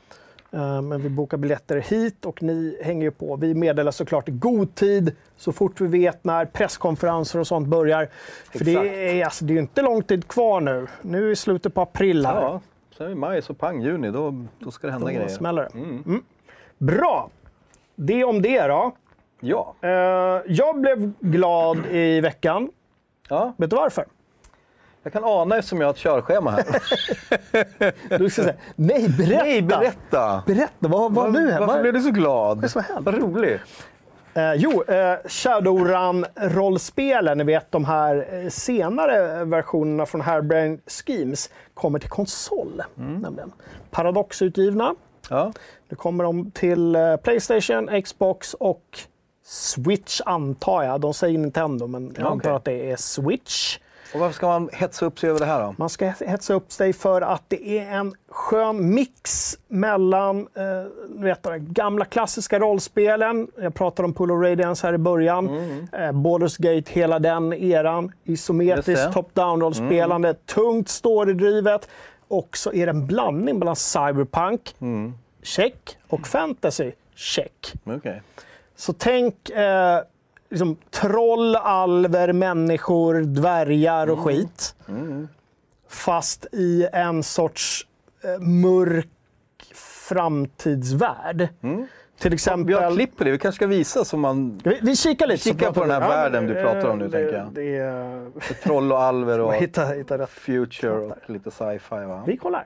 Uh, men vi bokar biljetter hit och ni hänger ju på. Vi meddelar såklart i god tid så fort vi vet när presskonferenser och sånt börjar. För det är, alltså, det är ju inte lång tid kvar nu. Nu är vi i slutet på april här. Ja, sen i maj så pang juni, då, då ska det hända då grejer. Smäller det. Mm. Mm. Bra! Det om det då. Ja. Uh, jag blev glad i veckan. Ja. Vet du varför? Jag kan ana eftersom jag har ett körschema här. Du ska säga, nej berätta! Nej, berätta! Berätta, vad var nu? Varför Vad- blev du så glad? Vad är det som har hänt? Vad roligt. Eh, jo, eh, Shadowrun-rollspelen, ni vet de här eh, senare versionerna från Harebrained Schemes, kommer till konsol. Mm. Nämligen. Paradox-utgivna. Ja. Det kommer de till eh, PlayStation, Xbox och Switch antar jag. De säger Nintendo, men jag Ja, antar okej. att det är Switch. Och varför ska man hetsa upp sig över det här då? Man ska hetsa upp sig för att det är en skön mix mellan eh, vet du, gamla klassiska rollspelen. Jag pratade om Pull of Radiance här i början. Mm. Eh, Baldur's Gate, hela den eran. Just Isometriskt det. top-down-rollspelande. Tungt storydrivet. Och så är det en blandning mellan cyberpunk, Mm. check, och fantasy, check. Okej. Så tänk eh, liksom, troll, alver, människor, dvärgar och skit. Mm. Fast i en sorts eh, mörk framtidsvärld. Mm. Till exempel... Vi har klipp på det, vi kanske ska visa så man vi, vi kikar lite. så kikar på pratar den här vi. världen du men, pratar om nu, eh, tänker det, jag. det är... Troll och alver och Hitta, hitta rätt. future och lite sci-fi, va? Vi kollar.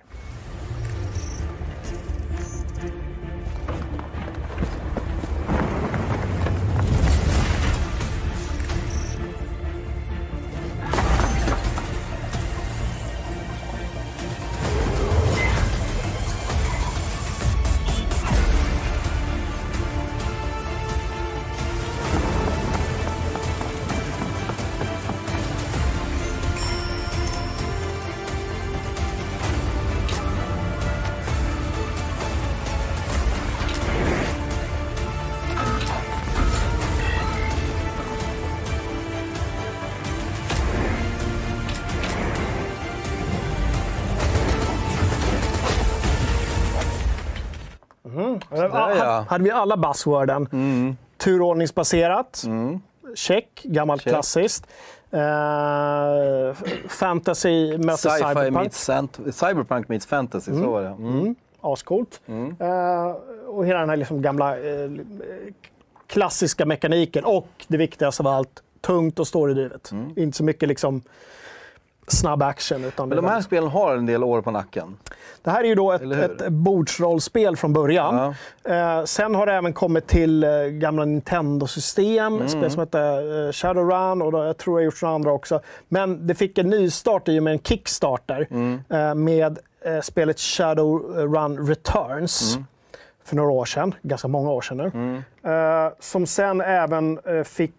Där, ja. Hade vi alla buzzworden. Mm. Turordningsbaserat. Mm. Check, gammalt Check. klassiskt. Eh, fantasy möter Sci-fi cyberpunk. meets sant- cyberpunk meets fantasy, så var det. Mm. Mm. Ascoolt. Mm. Eh, och hela den här liksom gamla eh, klassiska mekaniken. Och det viktigaste av allt, tungt och storydrivet. Mm. Inte så mycket liksom snabb action. Utan Men det, de här väldigt- spelen har en del år på nacken. det här är ju då ett, Eller hur? ett bordsrollspel från början. Ja. Eh, sen har det även kommit till eh, gamla Nintendo-system, Mm. spel som heter eh, Shadowrun och då, jag tror jag har gjort några andra också. Men det fick en nystart i och med en Kickstarter Mm. eh, med eh, spelet Shadowrun Returns Mm. för några år sedan, ganska många år sedan nu. Mm. Eh, som sen även eh, fick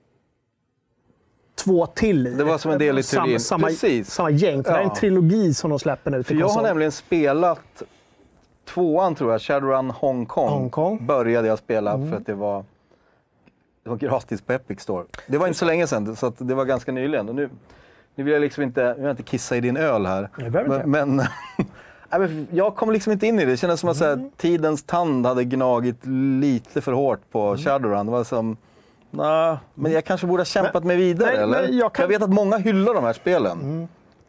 två till i. Det var som en del i samma, trilogin. samma, Precis. samma gäng, för det är en Ja. trilogi som de släpper nu För till jag har konsol. nämligen spelat tvåan, tror jag, Shadowrun Hong Kong. Hong Kong. Började jag spela Mm. för att det var, det var gratis på Epic Store. Det var inte så länge sedan, så att det var ganska nyligen. Och nu, nu vill jag liksom inte, jag vill inte kissa i din öl här. Det behöver inte. Men, men, nej, men jag kom liksom inte in i det. Det kändes som att så Mm. här, tidens tand hade gnagit lite för hårt på Mm. Shadowrun. Det var som, nah, men jag kanske borde ha kämpat mig vidare, nej, eller? men jag kan- jag vet att många hyllar de här spelen.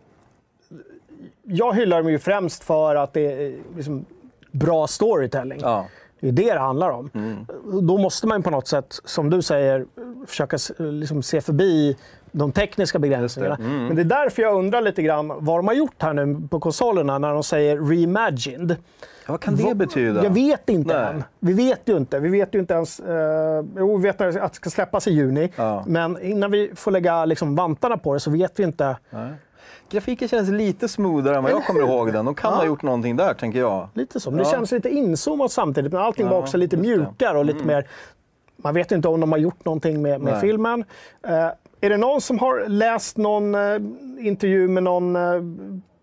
Jag hyllar dem ju främst för att det är liksom bra storytelling. Ja. Det är det det handlar om. Då måste man på något sätt, som du säger, försöka s- liksom se förbi de tekniska begränsningarna. Men det är därför jag undrar lite grann vad de har gjort här nu på konsolerna när de säger reimagined. Vad kan det Vad- betyda? Jag vet inte Nej. än. Vi vet ju inte. Vi vet ju inte ens... Eh, jo, vi vet att det ska släppas i juni. Ja. Men innan vi får lägga liksom vantarna på det så vet vi inte. Nej. Grafiken känns lite smoothare än vad jag kommer ihåg den. De kan Ja. ha gjort någonting där, tänker jag. Lite så. Men det Ja. känns lite inzoomat samtidigt. Men allting var Ja, också lite just det. Mm. mjukare och lite mer... Man vet inte om de har gjort någonting med, med Nej. filmen. Eh, är det någon som har läst någon eh, intervju med någon eh,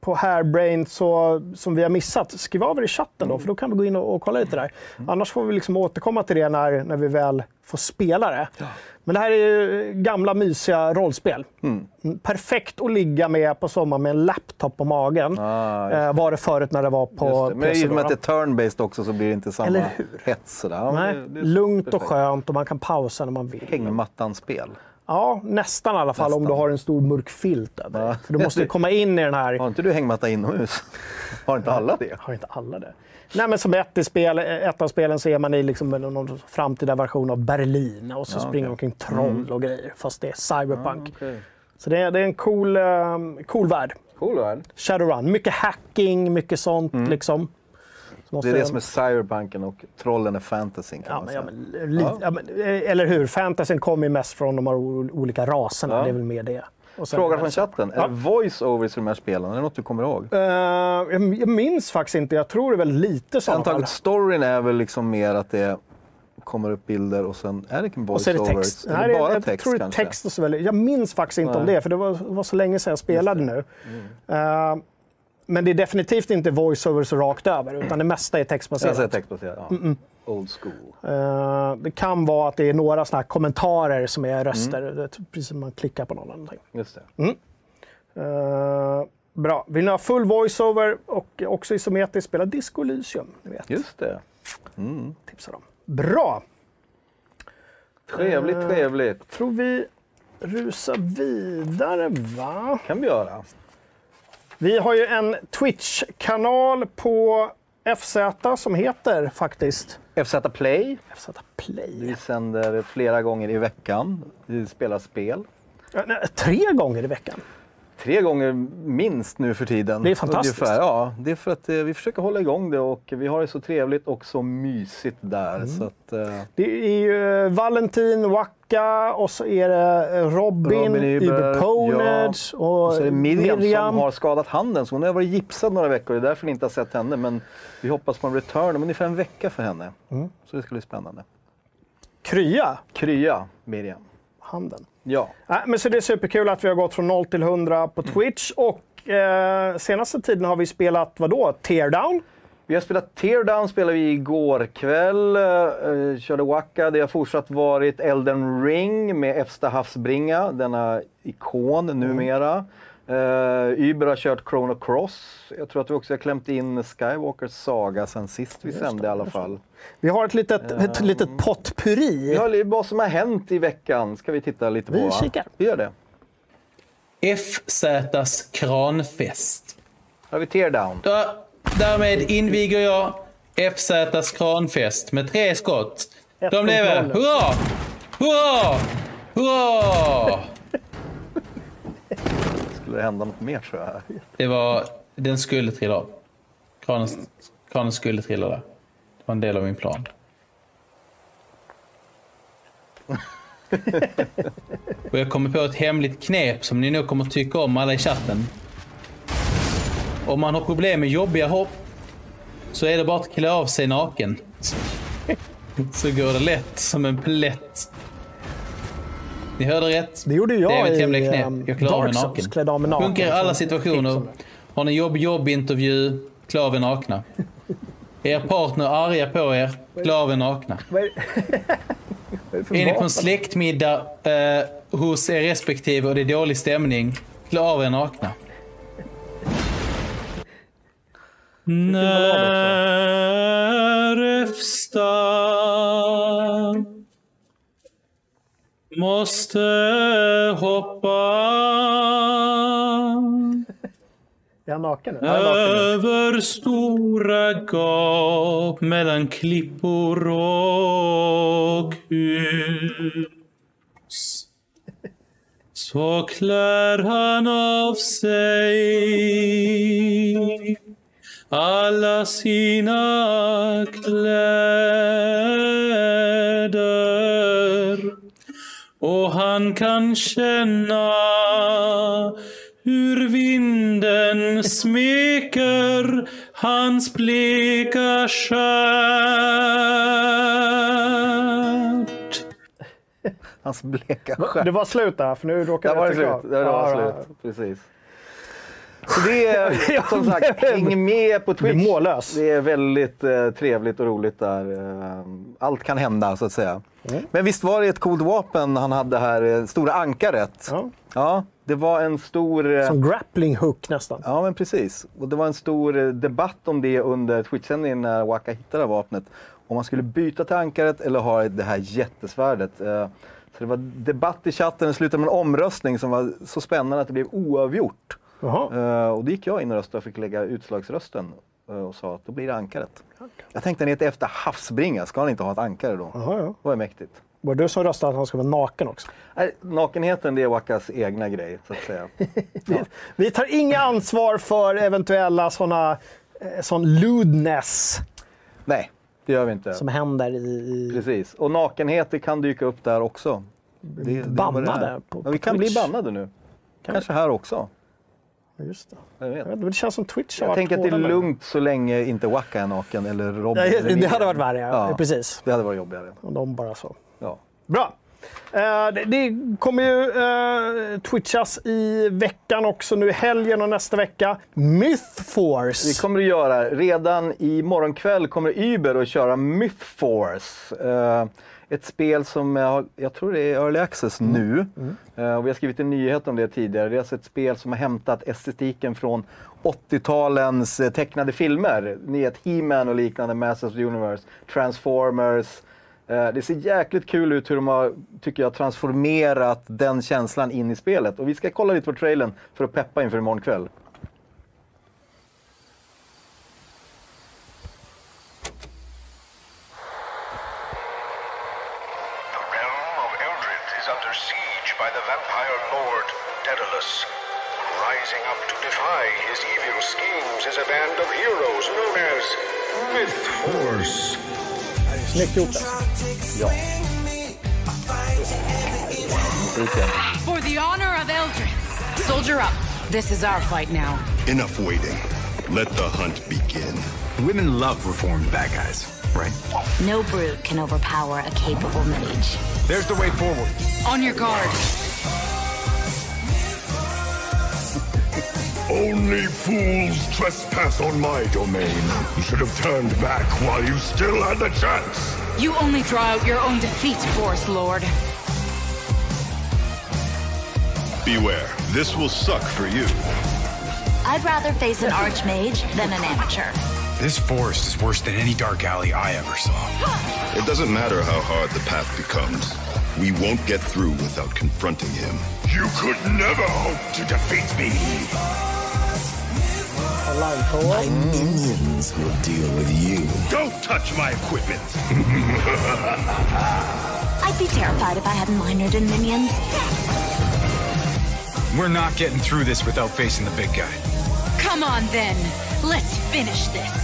på Hairbrain så, som vi har missat, skriv av er i chatten då, för då kan vi gå in och, och kolla lite där. Mm. Annars får vi liksom återkomma till det när, när vi väl får spela det. Ja. Men det här är ju gamla mysiga rollspel. Mm. Perfekt att ligga med på sommaren med en laptop på magen. Ah, eh, var det förut när det var på det. Men i och med att det är turn-based också så blir det inte samma hets. Sådär. Nej, det, det lugnt perfekt. Och skönt och man kan pausa när man vill. Hängmattan-spel. Ja, nästan i alla fall, nästan. Om du har en stor mörk filt över. Ja. För du måste komma in i den här... Har inte du hängmatta inomhus? Har inte alla det? Har inte alla det? Nej, men som ett, i spel, ett av spelen så är man i liksom någon framtida version av Berlin och så ja, springer man okay. omkring troll mm. och grejer, fast det är cyberpunk. Ja, okay. Så det är, det är en cool, um, cool värld. Cool värld. Shadowrun. Mycket hacking, mycket sånt mm. liksom. Det är det som är cyberpunken och trollen är fantasy. Kan ja, man men, säga. Ja, men, li, ja. Ja, men, eller hur? Fantasyn kommer ju mest från de här olika raserna. Ja. Det är väl mer det. Fråga från chatten. Ja. Är det voice-overs i de här spelen? Är det något du kommer ihåg? Uh, jag, jag minns faktiskt inte. Jag tror det är väl lite så. Antagligen storyn är väl liksom mer att det kommer upp bilder och sen är det inte voice-overs. Är det bara jag, text jag tror det är text och så väl. Jag minns faktiskt inte Nej. om det, för det var, var så länge sedan jag spelade nu. Mm. Uh, Men det är definitivt inte voice-overs rakt över, utan det mesta är textbaserat. Jag textbaserat, ja. Mm -mm. Old school. Uh, det kan vara att det är några såna här kommentarer som är röster, mm. det är precis som man klickar på någon eller någonting. Just det. Mm. Uh, bra. Vill ni ha full voice-over och också isometriskt, spela Disco Elysium, ni vet. Just det. Mm. Tipsa dem. Bra! Trevligt, uh, trevligt. Tror vi rusar vidare, va? Kan vi göra. Vi har ju en Twitch-kanal på F Z som heter faktiskt... F Z Play. F Z Play. Vi sänder flera gånger i veckan. Vi spelar spel. Ja, nej, tre gånger i veckan? Tre gånger minst nu för tiden. Det är fantastiskt. Ungefär. Ja, det är för att eh, vi försöker hålla igång det och vi har det så trevligt och så mysigt där. Mm. Så att, eh... Det är ju Valentin, Waka och så är det Robin, Robin Uberponage ja. och, och så är det Miriam, Miriam som har skadat handen. Så hon har varit gipsad några veckor, det är därför ni inte har sett henne. Men vi hoppas på en return om ungefär en vecka för henne. Mm. Så det ska bli spännande. Krya? Krya, Miriam. Handen. Ja. Äh, men så det är superkul att vi har gått från noll till hundra på Twitch. Mm. Och eh, senaste tiden har vi spelat, vadå? Teardown? Vi har spelat Teardown, spelade vi igår kväll. Uh, körde Waka. Det har fortsatt varit Elden Ring med Efsta Havsbringa, denna ikon mm. numera. Uh, Uber har kört Chrono Cross. Jag tror att vi också har klämt in Skywalkers saga sen sist vi sände i alla fall. Vi har ett litet, uh, ett litet potpurri. Vi har vad som har hänt i veckan. Ska vi titta lite på? Vi kikar. Vi gör det. F Z:s kranfest. Har vi Teardown. Där, därmed inviger jag F Z:s kranfest med tre skott. Ett De lever. Hurra! Hurra! Hurra! Skulle det hända något mer tror jag? Det var... Den skulle trilla av. Kranen, kranen skulle trilla där. Det var en del av min plan. Och jag kommer på ett hemligt knep som ni nog kommer tycka om alla i chatten. Om man har problem med jobbiga hopp så är det bara att klä av sig naken. Så går det lätt som en plätt. Ni hörde rätt. Det gjorde jag det är mitt hemliga i knep. Jag klär av mig naken. Klädd av mig naken. Funkar i alla situationer. Har ni jobb, jobbintervju, klä av er nakna. Er partner arga på er, klä av er nakna. Är ni på en släktmiddag eh, hos er respektive och det är dålig stämning, klä av er nakna. När Efsta måste hoppa Jag är naken. Jag är naken. Över stora gap mellan klippor och hus så klär han av sig alla sina kläder och han kan känna hur vinden smeker hans bleka stjärt. Hans bleka stjärt. Det var slut där, för nu råkade det var jag slut. av. Det var ja, slut, precis. Så det är, som sagt, häng med på Twitch. Det är mållös. Det är väldigt eh, trevligt och roligt där. Eh, allt kan hända, så att säga. Mm. Men visst var det ett coolt vapen han hade här, stora ankaret. Ja. Ja, det var en stor... Som grappling hook nästan. Ja, men precis. Och det var en stor debatt om det under Twitch-sändningen när Waka hittade vapnet. Om man skulle byta till ankaret eller ha det här jättesvärdet. Så det var debatt i chatten, det slutade med en omröstning som var så spännande att det blev oavgjort. Jaha. Och då gick jag in och röstade och fick lägga utslagsrösten och sa att då blir det ankaret. Jag tänkte, när det efter havsbringa, ska han inte ha ett ankare då? Jaha, ja. Det var mäktigt. Var det du som röstade att han ska vara naken också? Nej, nakenheten, det är Wakas egna grej, så att säga. Ja. vi, vi tar inga ansvar för eventuella sådana sån lewdness. Nej, det gör vi inte. Som händer i... Precis. Och nakenhet, det kan dyka upp där också. Det, det bannade på, på ja, vi kan Twitch. bli bannade nu. Kan Kanske vi? Här också. Just det. Jag vet. Ja, det känns som Twitch har Jag varit tänker att det är hårdare. lugnt så länge inte Waka är naken eller Robin. Ja, eller det hade varit värre, ja. Ja, precis. Det hade varit jobbigare. Och de bara så. Ja. Bra. Uh, det, det kommer ju uh, twitchas i veckan också, nu i helgen och nästa vecka. Mythforce. Vi kommer att göra, redan i morgonkväll kommer Uber att köra Mythforce. Uh, ett spel som jag, jag tror det är Early Access mm. nu. Mm. Uh, och vi har skrivit en nyhet om det tidigare. Det är alltså ett spel som har hämtat estetiken från åttiotalens uh, tecknade filmer. Ni vet He-Man och liknande, Masters of the Universe, Transformers. Det ser jäkligt kul ut hur de har, tycker jag, transformerat den känslan in i spelet. Och vi ska kolla lite på trailern för att peppa inför imorgon kväll. The realm of Eldred is under siege by the vampire lord Daedalus. Rising up to defy his evil schemes is a band of heroes known as Mythforce. Snyggt gjort. Ja. For the honor of Eldred. Soldier up. This is our fight now. Enough waiting. Let the hunt begin. Women love reformed bad guys, right? No brute can overpower a capable mage. There's the way forward. On your guard. Only fools trespass on my domain. You should have turned back while you still had the chance. You only draw out your own defeat, Forest Lord. Beware, this will suck for you. I'd rather face an archmage than an amateur. This forest is worse than any dark alley I ever saw. It doesn't matter how hard the path becomes. We won't get through without confronting him. You could never hope to defeat me. My minions will deal with you. Don't touch my equipment. I'd be terrified if I hadn't minored in minions. We're not getting through this without facing the big guy. Come on then. Let's finish this.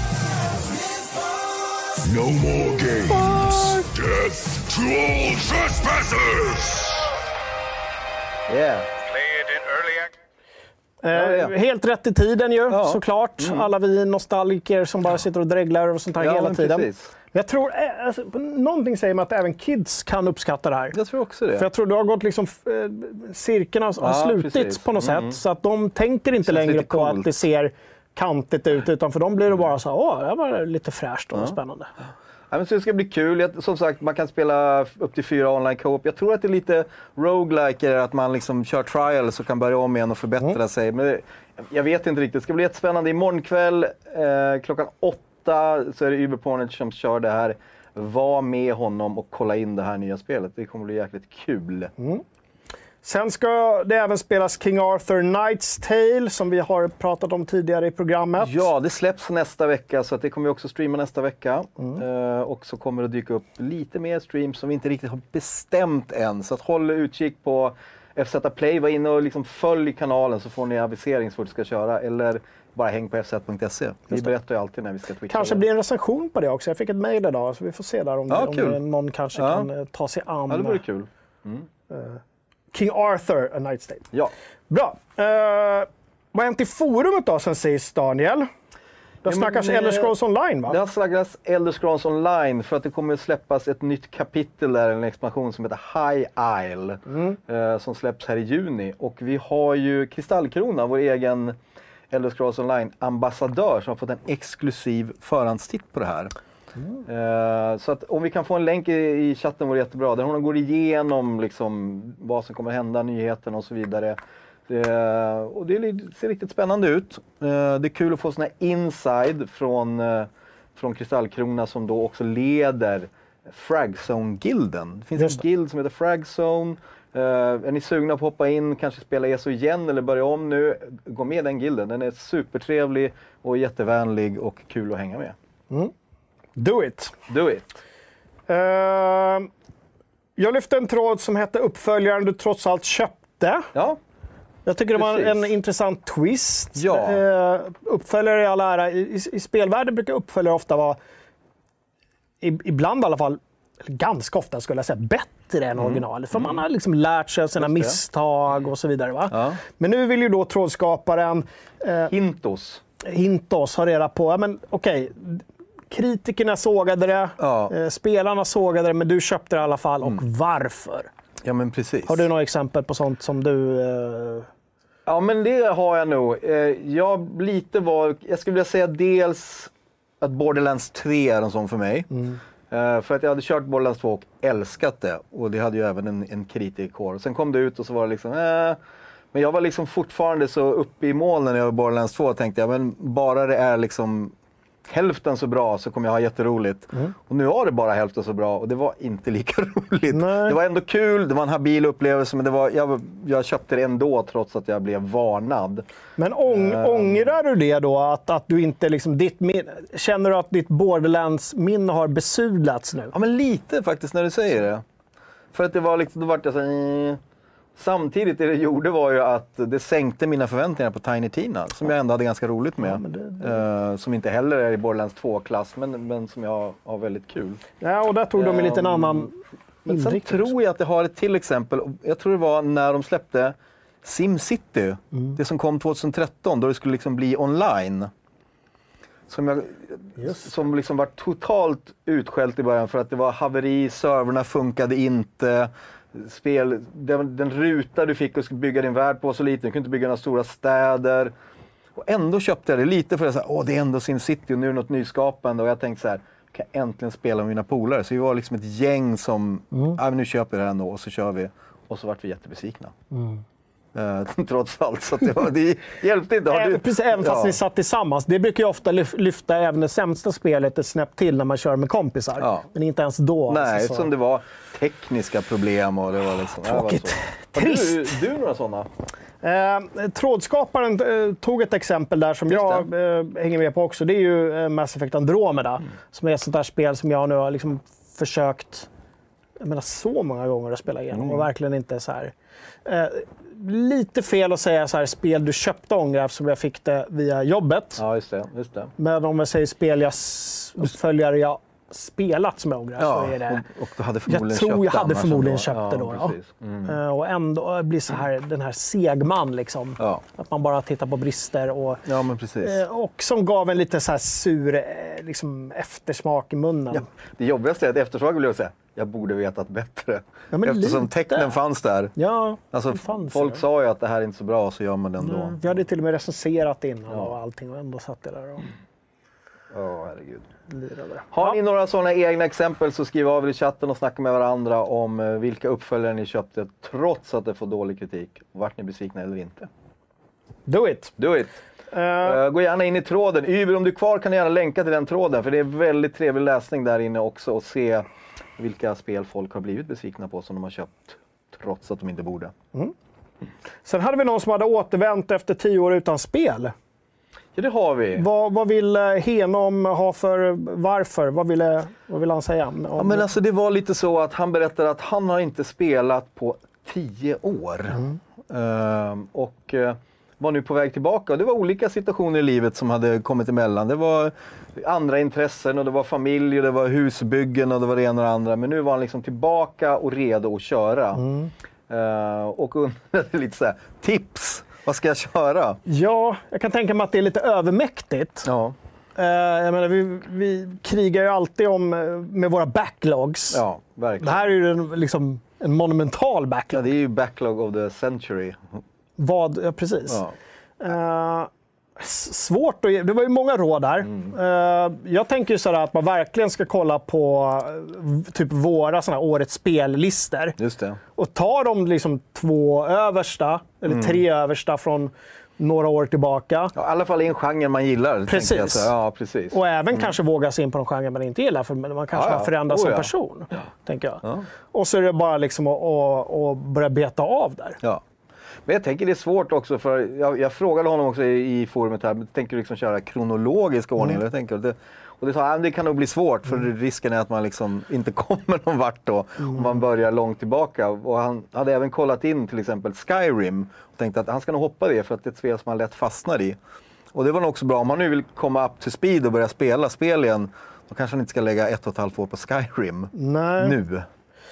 No more games. Death to all trespassers. Yeah. Play it in early access. Eh, Ja, ja. Helt rätt i tiden ju, Ja. såklart. Mm. Alla vi nostalgiker som bara sitter och dreglar och sånt här Ja, hela men tiden. precis. Jag tror, eh, alltså, någonting säger mig att även kids kan uppskatta det här. Jag tror också det. För jag tror du har gått liksom, eh, cirkeln har, har Ja, slutits precis. på något Mm. sätt. Så att de tänker inte Känns längre lite på coolt. att det ser kantigt ut. Utan för dem blir det bara så här, åh, det var lite fräscht och spännande. Ja, men så det ska bli kul. Jag, som sagt, man kan spela upp till fyra online co-op. Jag tror att det är lite roguelike, att man liksom kör trials och kan börja om igen och förbättra Mm. sig. Men det, jag vet inte riktigt. Det ska bli jättespännande. Imorgon kväll eh, klockan åtta så är det Uber Pornage som kör det här. Var med honom och kolla in det här nya spelet. Det kommer bli jäkligt kul. Mm. Sen ska det även spelas King Arthur Knight's Tale som vi har pratat om tidigare i programmet. Ja, det släpps nästa vecka så att det kommer vi också streama nästa vecka. Mm. Eh, och så kommer det dyka upp lite mer streams som vi inte riktigt har bestämt än. Så att håll utkik på F Z Play. Var inne och liksom följ kanalen så får ni avisering så fort du ska köra. Eller bara häng på f z punkt se. Vi berättar ju alltid när vi ska twitcha. Kanske blir en recension på det också. Jag fick ett mejl idag så vi får se där om, Ja, om kul. det, någon kanske Ja. kan eh, ta sig an Ja, det vore kul. Mm. eh, King Arthur, A Knight's Tale. Ja. Bra. Uh, vad har hänt i forumet då sen sist, Daniel? Det Ja, snackas men, Elder eh, Scrolls Online, va? Det har snackats Elder Scrolls Online för att det kommer att släppas ett nytt kapitel där, en expansion som heter High Isle. Mm. Eh, som släpps här i juni. Och vi har ju Kristallkrona, vår egen Elder Scrolls Online-ambassadör som har fått en exklusiv förhandstitt på det här. Mm. Uh, så att om vi kan få en länk i, i chatten vore jättebra, där hon går igenom liksom, vad som kommer hända, nyheterna och så vidare. Det, och det ser riktigt spännande ut. Uh, det är kul att få sån här inside från, uh, från Kristallkrona som då också leder Fragzone-gilden. Det finns Just en guild som heter Fragzone. Uh, är ni sugna på att hoppa in, kanske spela E S O igen eller börja om nu, gå med den gilden. Den är supertrevlig och jättevänlig och kul att hänga med. Mm. Do it! Do it! Uh, jag lyfte en tråd som hette uppföljaren du trots allt köpte. Ja. Jag tycker det var Precis. en intressant twist. Ja. Uh, uppföljare i all ära. I, i, I spelvärlden brukar uppföljare ofta vara, i, ibland i alla fall, ganska ofta skulle jag säga, bättre än Mm. original. För man har liksom lärt sig av sina misstag och så vidare. Va? Ja. Men nu vill ju då trådskaparen uh, Hintos. Hintos ha reda på, ja, men okej, okay, kritikerna sågade det, Ja. eh, spelarna sågade det, men du köpte det i alla fall. Och Mm. varför? Ja, men precis. Har du några exempel på sånt som du... Eh... Ja, men det har jag nog. Eh, jag lite var, jag skulle vilja säga dels att Borderlands tre är en sån för mig. Mm. Eh, för att jag hade kört Borderlands två och älskat det. Och det hade ju även en, en kritiker. Sen kom det ut och så var det liksom... Eh, men jag var liksom fortfarande så uppe i molnen när jag var Borderlands två, tänkte jag. Men bara det är liksom hälften så bra så kommer jag ha jätteroligt. Mm. Och nu var det bara hälften så bra och det var inte lika roligt. Nej. Det var ändå kul, det var en habil upplevelse, men det var, jag, jag köpte det ändå trots att jag blev varnad. Men ång, uh, ångrar du det då? Att, att du inte liksom, ditt min, känner du att ditt Borderlands-minne har besudlats nu? Ja, men lite faktiskt när du säger det. För att det var liksom, då var jag så här, samtidigt det det gjorde var ju att det sänkte mina förväntningar på Tiny Tina, som jag ändå hade ganska roligt med. Ja, det, det... Uh, som inte heller är i Borderlands två-klass, men, men som jag har väldigt kul. Ja, och där tog de en liten um, annan Men sen tror jag att det har ett till exempel. Jag tror det var när de släppte SimCity, mm. det som kom tjugohundratretton, då det skulle liksom bli online. Som, jag, som liksom var totalt utskällt i början för att det var haveri, serverna funkade inte. Spel, den, den ruta du fick och skulle bygga din värld på så liten, du kunde inte bygga några stora städer. Och ändå köpte jag det lite för att säga, åh det är ändå SimCity och nu är det något nyskapande. Och jag tänkte så här, kan jag äntligen spela med mina polare? Så vi var liksom ett gäng som, mm. ah, nu köper vi det här ändå och så kör vi. Och så vart vi jättebesvikna. Mm. Uh, trots allt, så att det, var, det hjälpte inte. Har du, Precis, även fast ja. ni satt tillsammans. Det brukar ju ofta lyfta även det sämsta spelet ett snäpp till när man kör med kompisar. Ja. Men inte ens då. Nej, alltså, som det var tekniska problem och det var liksom... Tråkigt. Var Trist. Har du, du några sådana? Eh, trådskaparen eh, tog ett exempel där som Just jag eh, hänger med på också. Det är ju eh, Mass Effect Andromeda. Mm. Som är ett sånt där spel som jag nu har liksom försökt jag menar, så många gånger att spela igenom. Mm. Och verkligen inte så här... Eh, lite fel att säga så här, spel du köpte ångrar som jag fick det via jobbet. Ja, just det. Just det. Men om jag säger spel jag uppföljare jag spelat som jag ångrar ja, så är det... Och, och du hade förmodligen jag tror köpt jag hade förmodligen då. köpt ja, det då. då. Mm. Uh, och ändå blir så här, den här segman liksom. Ja. Att man bara tittar på brister och... Ja, men precis. Uh, och som gav en lite så här sur uh, liksom, eftersmak i munnen. Ja. Det jobbigaste är att eftersmaken blev att säga, jag borde vetat bättre. Ja, eftersom lite. tecknen fanns där. Ja, alltså, fanns folk det. sa ju att det här är inte så bra, så gör man det ändå. Ja, vi hade till och med recenserat innan ja. och allting och ändå satt det där och... Ja, oh, herregud. Lirade. Har ja. ni några sådana egna exempel så skriv av i chatten och snacka med varandra om vilka uppföljare ni köpte trots att det får dålig kritik. Vart ni besvikna eller inte. Do it! Do it! Uh, uh, gå gärna in i tråden. Uber, om du är kvar kan du gärna länka till den tråden. För det är väldigt trevlig läsning där inne också. Och se vilka spel folk har blivit besvikna på som de har köpt. Trots att de inte borde. Mm. Sen hade vi någon som hade återvänt efter tio år utan spel. Ja, det har vi. Vad, vad vill Henom ha för varför? Vad ville, vad vill han säga? Om... Ja, men alltså, det var lite så att han berättade att han har inte spelat på tio år. Mm. Uh, och... Uh, var nu på väg tillbaka. Och det var olika situationer i livet som hade kommit emellan. Det var andra intressen och det var familj och det var husbyggen och det var det ena och det andra. Men nu var han liksom tillbaka och redo att köra. Mm. Uh, och undrade lite så här, tips, vad ska jag köra? Ja, jag kan tänka mig att det är lite övermäktigt. Ja. Uh, jag menar, vi, vi krigar ju alltid om med våra backlogs. Ja, verkligen. Det här är ju en, liksom, en monumental backlog. Ja, det är ju backlog of the century. Vad, ja precis. Ja. Uh, Svårt att ge. Det var ju många råd där. Mm. Uh, jag tänker ju sådär att man verkligen ska kolla på uh, typ våra såna här årets spellister. Just det. Och ta de liksom två översta, eller mm. tre översta från några år tillbaka. Ja, i alla fall i en genre man gillar. Precis. Jag så. Ja, precis. Och även mm. kanske våga sig in på en genre man inte gillar, för man kanske ja, har förändrats oh, som ja. person. Ja. Tänker jag. Ja. Och så är det bara liksom att, att, att börja beta av där. Ja. Men jag tänker det är svårt också, för jag, jag frågade honom också i, i forumet här, tänker du liksom köra kronologisk ordning? Mm. Jag tänker, det, och det sa, det kan nog bli svårt, för mm. risken är att man liksom inte kommer någon vart då, mm. om man börjar långt tillbaka. Och han hade även kollat in till exempel Skyrim och tänkte att han ska nog hoppa det, för att det är ett spel som man lätt fastnar i. Och det var nog också bra, om man nu vill komma up to speed och börja spela spel igen, då kanske han inte ska lägga ett och ett halvt år på Skyrim. Nej. Nu.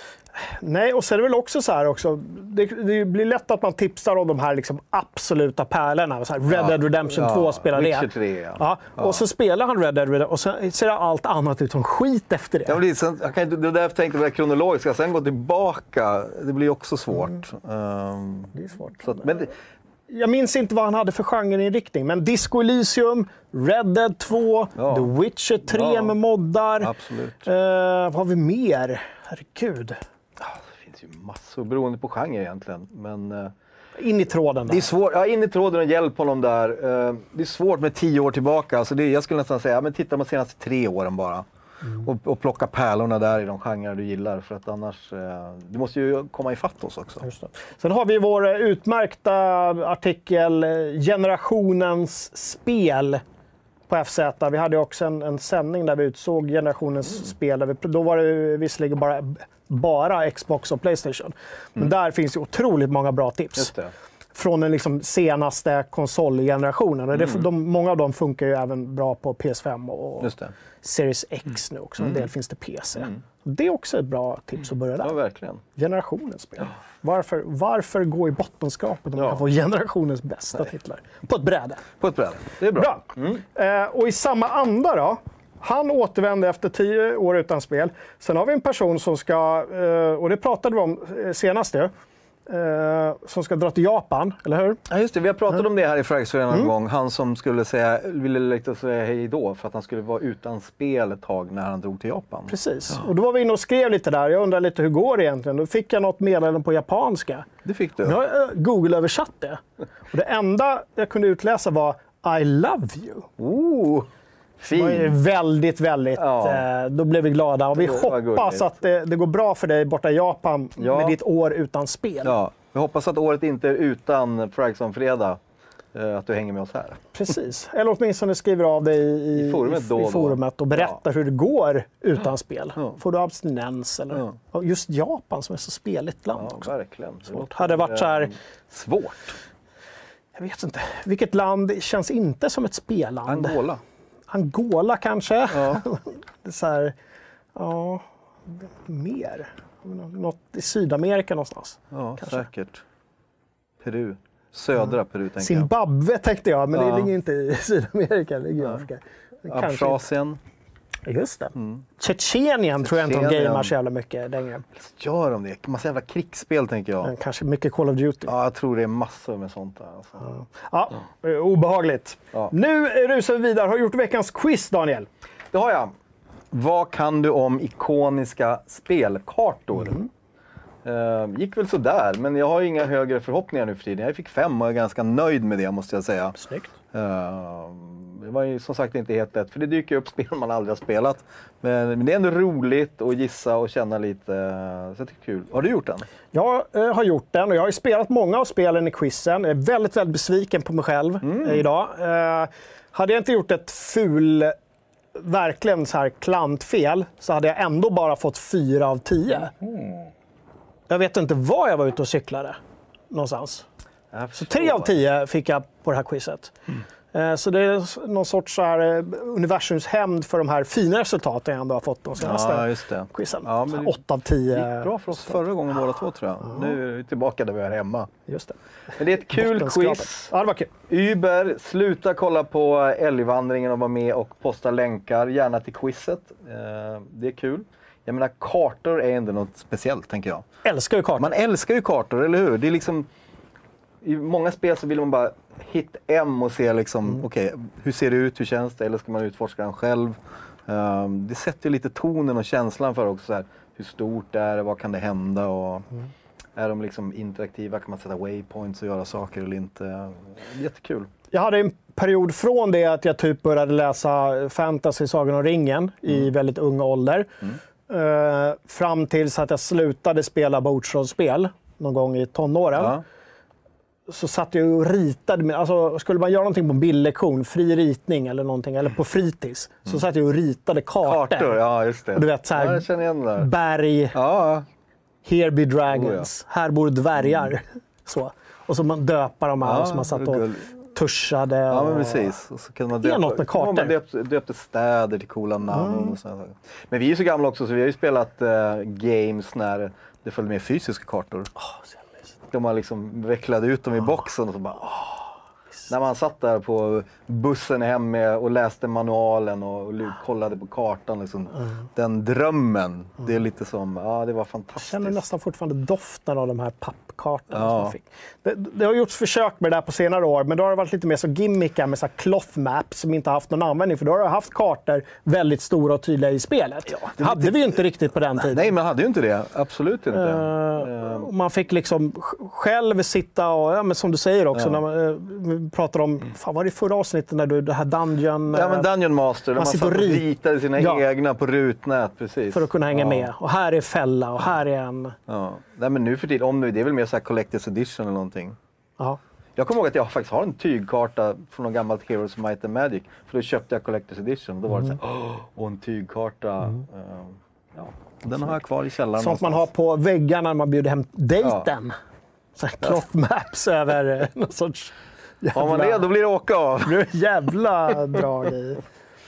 Nej, och så är det väl också så här också, det, det blir lätt att man tipsar om de här liksom absoluta pärlorna. Så här Red ja, Dead Redemption ja, två spelar det. tre, ja. Ja, och ja. så spelar han Red Dead Redemption och så ser allt annat ut som skit efter det. Ja, det, sen, jag kan inte, det är därför tänkte jag kronologiska, sen gå tillbaka, det blir också svårt. Mm. Um, det är svårt. Så att, men det, jag minns inte vad han hade för genreinriktning, men Disco Elysium, Red Dead två, ja. The Witcher tre ja. med moddar. Absolut. Uh, vad har vi mer? Herregud. Det finns ju massor, beroende på genre egentligen. Men, uh, in i tråden där. Det är svårt, ja, in i tråden och hjälp honom där. Uh, det är svårt med tio år tillbaka. Alltså det, jag skulle nästan säga, men titta på de senaste tre åren bara. Mm. Och, och plocka pärlorna där i de genrer du gillar, för att annars, eh, du måste ju komma ifatt oss också. Just det. Sen har vi vår utmärkta artikel Generationens spel på F Z. Vi hade också en, en sändning där vi utsåg generationens mm. spel. Där vi, då var det visserligen bara, bara Xbox och PlayStation. Men mm. där finns ju otroligt många bra tips. Just det. Från den liksom senaste konsolgenerationen. Mm. Det, de, många av dem funkar ju även bra på P S fem och Just det. Series X nu också. En Mm. del finns det P C. Mm. Det är också ett bra tips att börja där. Ja, verkligen. Generationens spel. Ja. Varför, varför gå i bottenskrapet om man ja. kan få generationens bästa Nej. titlar? På ett bräde. På ett bräde. Det är bra. bra. Mm. Eh, och i samma anda då. Han återvände efter tio år utan spel. Sen har vi en person som ska, eh, och det pratade vi om senast ju, Uh, som ska dra till Japan, eller hur? Ja, just det. Vi har pratat mm. om det här i Fragsföreningen någon mm. gång. Han som skulle säga, ville liksom säga hej då för att han skulle vara utan spel ett tag när han drog till Japan. Precis. Ja. Och då var vi inne och skrev lite där. Jag undrar lite, hur går det egentligen? Då fick jag något meddelande på japanska. Det fick du. Nu har jag Google-översatt det. Och det enda jag kunde utläsa var I love you. Oh. Fint. Det var väldigt, väldigt... Ja. Eh, då blev vi glada. Och vi hoppas att det, det går bra för dig borta i Japan ja. med ditt år utan spel. Ja, vi hoppas att året inte är utan Fragson-fredag. Eh, att du hänger med oss här. Precis. Eller åtminstone skriver av dig i, I forumet, då, i forumet och berättar ja. hur det går utan ja. spel. Ja. Får du abstinens? Eller? Ja. Just Japan som är så speligt land ja, också. Verkligen. Svårt. Hade det varit så här... Svårt. Jag vet inte. Vilket land känns inte som ett spelland? Angola. Angola kanske. Ja. Det är så här, ja, mer. Något i Sydamerika någonstans. Ja, kanske. Säkert. Peru. Södra Peru tänker Zimbabwe jag. tänkte jag, men ja. det ligger inte i Sydamerika, det ligger i ja. Afrika. Abchasien. Just det. Mm. Tjetjenien tror jag inte de gamear så jävla mycket längre. Gör de det? Massa jävla krigsspel tänker jag. Men kanske mycket Call of Duty. Ja, jag tror det är massor med sånt där. Alltså. Ja. Ja, ja, obehagligt. Ja. Nu rusar vi vidare. Har du gjort veckans quiz, Daniel? Det har jag. Vad kan du om ikoniska spelkartor? Mm. Uh, gick väl sådär, men jag har inga högre förhoppningar nu för tiden. Jag fick fem och är ganska nöjd med det, måste jag säga. Snyggt. Uh, det var ju som sagt inte helt lätt, för det dyker upp spel man aldrig har spelat. Men, men det är ändå roligt att gissa och känna lite, uh, så det är kul. Har du gjort den? Jag uh, har gjort den och jag har spelat många av spelen i quizen. Jag är väldigt, väldigt besviken på mig själv mm. uh, idag. Uh, hade jag inte gjort ett ful, verkligen så här klantfel, så hade jag ändå bara fått fyra av tio. Mm. Jag vet inte var jag var ute och cyklade någonstans. Så tre av tio fick jag på det här quizet. Mm. Så det är någon sorts så här universums hämnd för de här fina resultaten jag ändå har fått de senaste ja, just det. quizen. Ja, men det åtta av tio. Det gick bra för oss förra gången båda två tror jag. Ja. Nu är vi tillbaka där vi är hemma. Just det. Men det är ett kul quiz. Ja, det var kul. Uber, sluta kolla på älgvandringen och vara med och posta länkar, gärna till quizet. Det är kul. Jag menar, kartor är ändå något speciellt, tänker jag. Älskar ju kartor. Man älskar ju kartor, eller hur? Det är liksom... I många spel så vill man bara hit M och se liksom, mm. okej, okay, hur ser det ut, hur känns det, eller ska man utforska den själv? Um, det sätter ju lite tonen och känslan för också så här, hur stort det är, vad kan det hända och mm. är de liksom interaktiva, kan man sätta waypoints och göra saker eller inte? Jättekul. Jag hade en period från det att jag typ började läsa fantasy, Sagan om ringen mm. i väldigt ung ålder. Mm. Uh, fram tills att jag slutade spela bordsrollspel någon gång i tonåren. Ja. Så satt jag och ritade med, alltså skulle man göra någonting på en bildlektion, fri ritning eller någonting, eller på fritids, mm. så satt jag och ritade kartor. Kartor, ja just det. Och du vet så här, ja, jag känner igen det där. Berg, ja. Here be dragons, oh, ja. Här bor dvärgar. Mm. Så. Och så man döpar de här, ja, så man satt och tuschade. Ja, men precis. Och så kan man döpa, det är något med kartor. Man döpte, döpte städer till coola namn. Mm. Och så. Men vi är ju så gamla också, så vi har ju spelat uh, games när det följde med fysiska kartor. Oh, de har liksom vecklade ut dem i boxen och så bara... Oh. När man satt där på bussen hem med och läste manualen och kollade på kartan. Liksom, mm. Den drömmen, mm. det är lite som... Ja, det var fantastiskt. Jag känner nästan fortfarande doften av de här pappkartorna ja. som man fick. Det, det har gjorts försök med det där på senare år, men då har det varit lite mer så gimmicka med så här cloth maps som inte har haft någon användning. För då har du haft kartor väldigt stora och tydliga i spelet. Ja, det hade det, vi ju inte riktigt på den tiden. Nej, man hade ju inte det. Absolut inte. Uh, uh. Man fick liksom själv sitta och, ja, men som du säger också, ja. när man, uh, pratar om, fan var det förra avsnittet när du, det här Dungeon... Ja, men Dungeon Master, där man, man satt och ritade sina ja. egna på rutnät, precis. För att kunna hänga ja. med. Och här är fälla och här är en... Ja. Nej, men nu för tiden, om det är väl mer så här Collector's Edition eller någonting. Ja. Jag kommer ihåg att jag faktiskt har en tygkarta från någon gammalt Heroes of Might and Magic. För då köpte jag Collector's Edition. Då var det så här, åh, och en tygkarta. Mm. Uh, ja. Den har jag kvar i källaren. Sånt man har på väggarna när man bjuder hem dejten. Ja. Så cloth maps över någon sorts... Jävla, har man det, då blir det åka av. Nu är jävla drag i.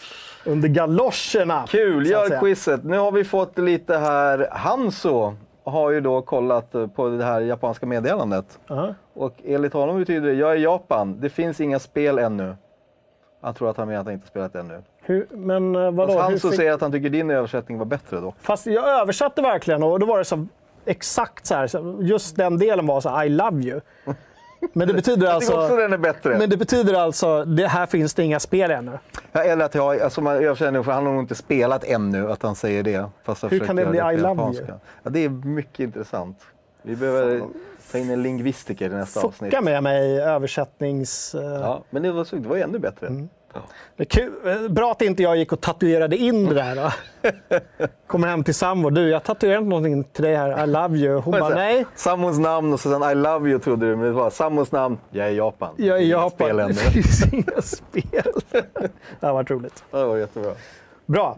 Under galoscherna. Kul, gör quizet. Nu har vi fått lite här. Hanso har ju då kollat på det här japanska meddelandet. Uh-huh. Och enligt honom betyder det, jag är i Japan. Det finns inga spel ännu. Han tror att han menar att han inte spelat ännu. Hur, men vadå? Alltså, Hanso fick... säger att han tycker din översättning var bättre då. Fast jag översatte verkligen och då var det så exakt så här. Just den delen var så I love you. Men det betyder alltså... Jag också den är bättre. Men det betyder alltså, det här finns det inga spel ännu. Ja, eller att jag, alltså man, jag känner, för han har nog inte spelat ännu att han säger det. Fast hur kan det bli I love you? Ja, det är mycket intressant. Vi behöver ta in en lingvistiker i nästa Fucka avsnitt. Fucka med mig översättnings... Ja, men det var, så, det var ännu bättre. Mm. Ja. Det är kul. Bra att inte jag gick och tatuerade in det där då. Kommer hem till Sammo. Du, jag tatuerade någonting till dig här. I love you. Hon bara, nej. Sammos namn och sen I love you trodde du. Men det var Sammos namn. Jag är i Japan. Jag är i Japan. Det finns inga spel. Det har varit roligt. Det var jättebra. Bra.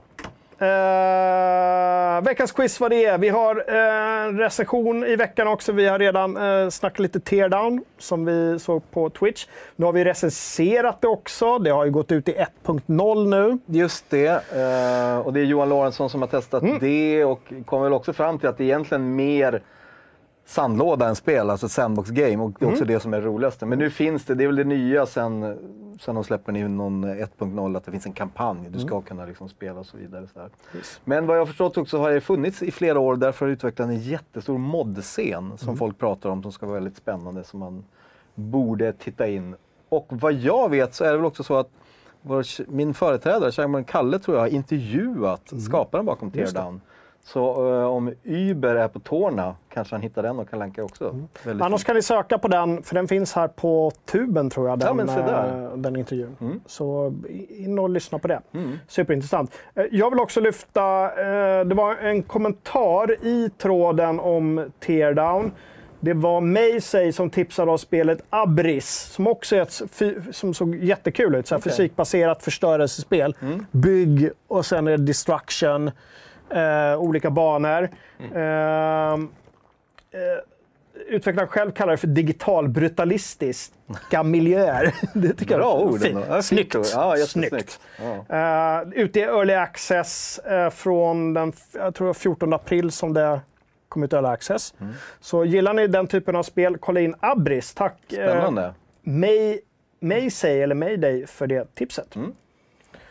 Uh, veckans quiz vad det är. Vi har uh, recension i veckan också. Vi har redan uh, snackat lite teardown som vi såg på Twitch. Nu har vi recenserat det också. Det har ju gått ut i ett punkt noll nu. Just det. Uh, och det är Johan Lorentzon som har testat mm. det och kommer väl också fram till att det är egentligen mer sandlåda än spel, alltså ett sandbox game, och det är också mm. det som är roligaste. Men nu finns det, det är väl det nya sen, sen de släpper in någon ett punkt noll, att det finns en kampanj, du ska mm. kunna liksom spela och så vidare. Så här. Yes. Men vad jag har förstått också har det funnits i flera år, därför har det utvecklat en jättestor modscen som mm. folk pratar om, som ska vara väldigt spännande, som man borde titta in. Och vad jag vet så är det väl också så att vår, min företrädare, Shagman Kalle, tror jag har intervjuat mm. skaparen bakom Teardown. Så uh, om Uber är på tårna kanske han hittar den och kan länka också. Mm. Annars kan ni söka på den, för den finns här på tuben tror jag, den, ja, men se där. den intervjun. Mm. Så in och lyssna på det. Mm. Superintressant. Jag vill också lyfta, uh, det var en kommentar i tråden om Teardown. Det var Maysay som tipsade om spelet Abris, som också är ett som såg jättekul ut. Så här okay. Fysikbaserat förstörelsespel. Mm. Bygg och sen är det destruction. Uh, olika banor. Mm. Uh, uh, utvecklaren själv kallar det för digital brutalistiska miljöer. Det tycker Bra jag är ord. fint. Snyggt. Ja, Snyggt. Ja. Uh, ute i Early Access uh, från den jag tror fjortonde april som det kom ut Early Access. Mm. Så gillar ni den typen av spel, kolla in Abris. Tack Spännande. Uh, May, Maysay eller Mayday för det tipset. Mm.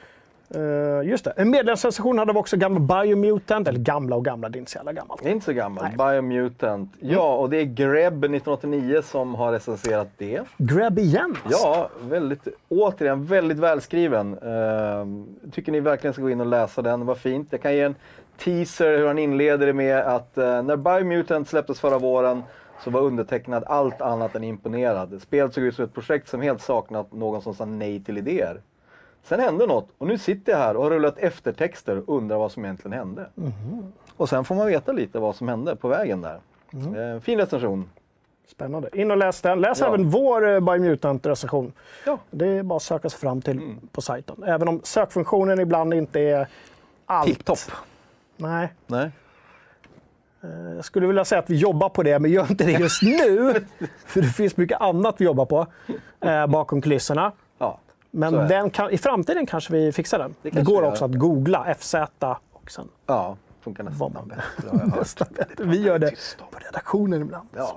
Uh, just det. En medlemssensation hade vi också gamla Biomutant, eller gamla och gamla, det är inte så jävla gammalt. Det är inte så gammalt. Biomutant. Ja, och det är Greb nittonhundraåttionio som har recenserat det. Greb igen? Alltså. Ja, väldigt, återigen väldigt välskriven. Uh, tycker ni verkligen ska gå in och läsa den, vad fint. Jag kan ge en teaser hur han inleder det med att uh, när Biomutant släpptes förra våren så var undertecknad allt annat än imponerad. Spelet såg ut som ett projekt som helt saknat någon som sa nej till idéer. Sen hände något och nu sitter jag här och har rullat eftertexter och undrar vad som egentligen hände. Mm. Och sen får man veta lite vad som hände på vägen där. Mm. Eh, fin recension. Spännande. In och läs den. Läs ja. även vår uh, Biomutant-recension. Ja. Det är bara att söka sig fram till mm. på sajten. Även om sökfunktionen ibland inte är allt. Tipptopp. Nej. Nej. Uh, jag skulle vilja säga att vi jobbar på det, men gör inte det just nu. För det finns mycket annat vi jobbar på uh, bakom kulisserna. Ja. Men den kan, i framtiden kanske vi fixar den. Det, det går också att googla F Z och sen... Ja, funkar nästan bättre. nästan bättre. Vi gör det på redaktionen ibland. Ja.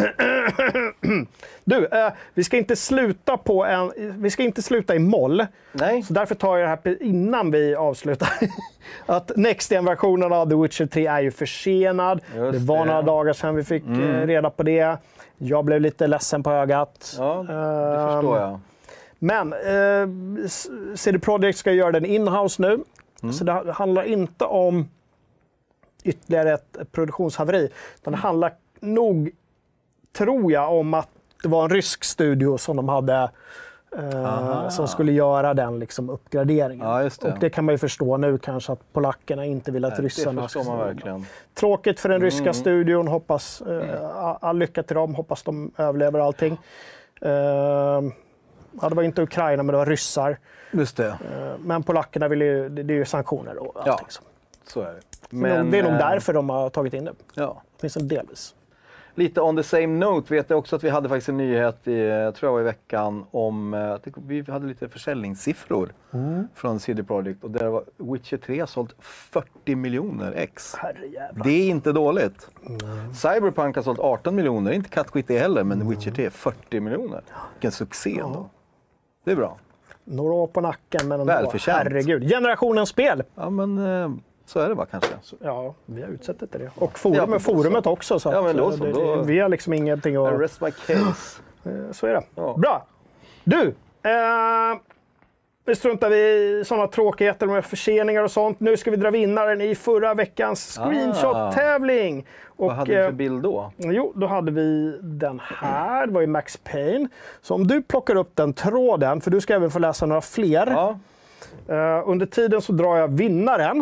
Du, eh, vi ska inte sluta på en... Vi ska inte sluta i moll. Nej. Så därför tar jag det här innan vi avslutar. Att Next-gen-versionen av The Witcher tre är ju försenad. Just det var det. Några dagar sedan vi fick mm. reda på det. Jag blev lite ledsen på ögat. Ja, det um, förstår jag. Men eh, C D Projekt ska göra den in-house nu. Mm. Så det handlar inte om ytterligare ett produktionshaveri. Utan det handlar nog, tror jag, om att det var en rysk studio som de hade eh, som skulle göra den liksom, uppgraderingen. Ja, just det. Och det kan man ju förstå nu kanske att polackerna inte vill att Nej, ryssarna... Det förstår man verkligen. Tråkigt för den ryska mm. studion. Hoppas, eh, all lycka till dem. Hoppas de överlever allting. Eh, Ja, det var inte Ukraina, men det var ryssar. Just det. Men polackerna vill ju, det är ju sanktioner och allting. Ja, så är det. Men, det är nog därför de har tagit in det. Ja. Det finns en delvis. Lite on the same note vet jag också att vi hade faktiskt en nyhet i, jag tror jag var i veckan, om att vi hade lite försäljningssiffror mm. från C D Projekt. Och där var Witcher tre har sålt fyrtio miljoner ex. Herrejävlar. Det är inte dåligt. Mm. Cyberpunk har sålt arton miljoner, inte kattskit det heller, men mm. Witcher tre fyrtio miljoner. Vilken succé ändå. Ja. Det är bra. Några år på nacken, men ändå. Välförtjänt. Herregud. Generationens spel. Ja, men eh, så är det bara kanske. Ja, vi har utsett det till det. Och forum, ja, forumet så. Också. Så ja, men då så. Det, Då... Vi har liksom ingenting att... I rest my case. Så är det. Ja. Bra. Du, eh, nu struntar vi i sådana tråkigheter med förseningar och sånt. Nu ska vi dra vinnaren i förra veckans screenshot-tävling. Och, vad hade vi för bild då? Jo, då hade vi den här. Det var ju Max Payne. Så om du plockar upp den tråden, för du ska även få läsa några fler. Ja. Uh, under tiden så drar jag vinnaren.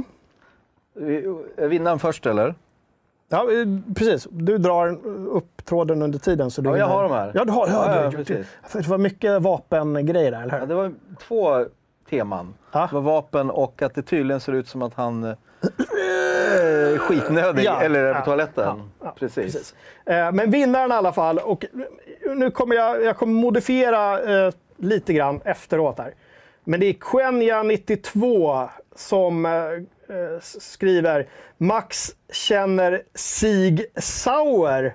Är vinnaren först eller? Ja, precis. Du drar upp tråden under tiden. Så du ja, jag har de här. Ja, du har. Ja, ja, ja, ja, du, precis. Det var mycket vapengrejer där, eller hur? Ja, det var två teman. Ja. Det var vapen och att det tydligen ser ut som att han är skitnödig, ja, eller är på ja, toaletten. Ja, ja, precis. precis. Eh, men vinnaren i alla fall. Och nu kommer jag, jag kommer modifiera eh, lite grann efteråt här. Men det är Quenya nittiotvå som eh, skriver Max känner Sig Sauer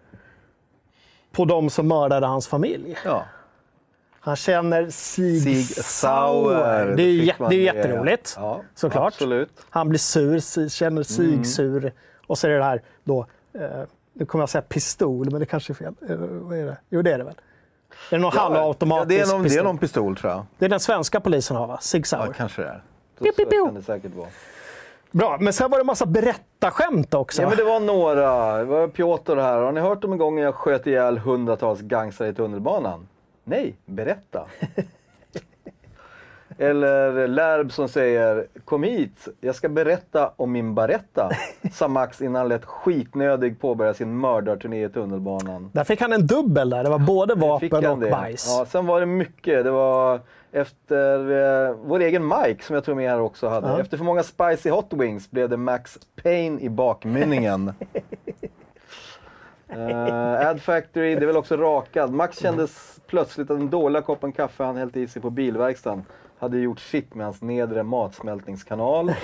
på de som mördade hans familj. Ja. Han känner Sig, Sig Sauer. Sauer. Det är ju jätte, jätteroligt, ja, såklart. Absolut. Han blir sur, känner Sig mm. sur. Och så är det det här då, eh, nu kommer jag säga pistol, men det kanske är fel. Eh, vad är det? Jo, det är det väl. Är det någon ja, halvautomatisk ja, det, är någon, pistol? Det är någon pistol, tror jag. Det är den svenska polisen har, va? Sig Sauer. Ja, kanske det är. Så, piu, piu, piu. så kan det säkert vara. Bra, men sen var det en massa berättarskämt också. Ja, men det var några. Det var Piotr här. Har ni hört om en gång jag sköt ihjäl hundratals gangstrar i tunnelbanan? Nej, berätta. Eller Lärb som säger, kom hit, jag ska berätta om min baretta. Sa Max innan han lät skitnödig påbörja sin mördarturné i tunnelbanan. Där fick han en dubbel där, det var både vapen och det. bajs. Ja, sen var det mycket, det var efter eh, vår egen Mike som jag tror med här också hade. Ja. Efter för många spicy hot wings blev det Max Payne i bakmynningen. uh, Ad Factory, det är väl också rakad. Max kändes plötsligt att den dåliga koppen kaffe han hällt i sig på bilverkstan hade gjort shit med hans nedre matsmältningskanal.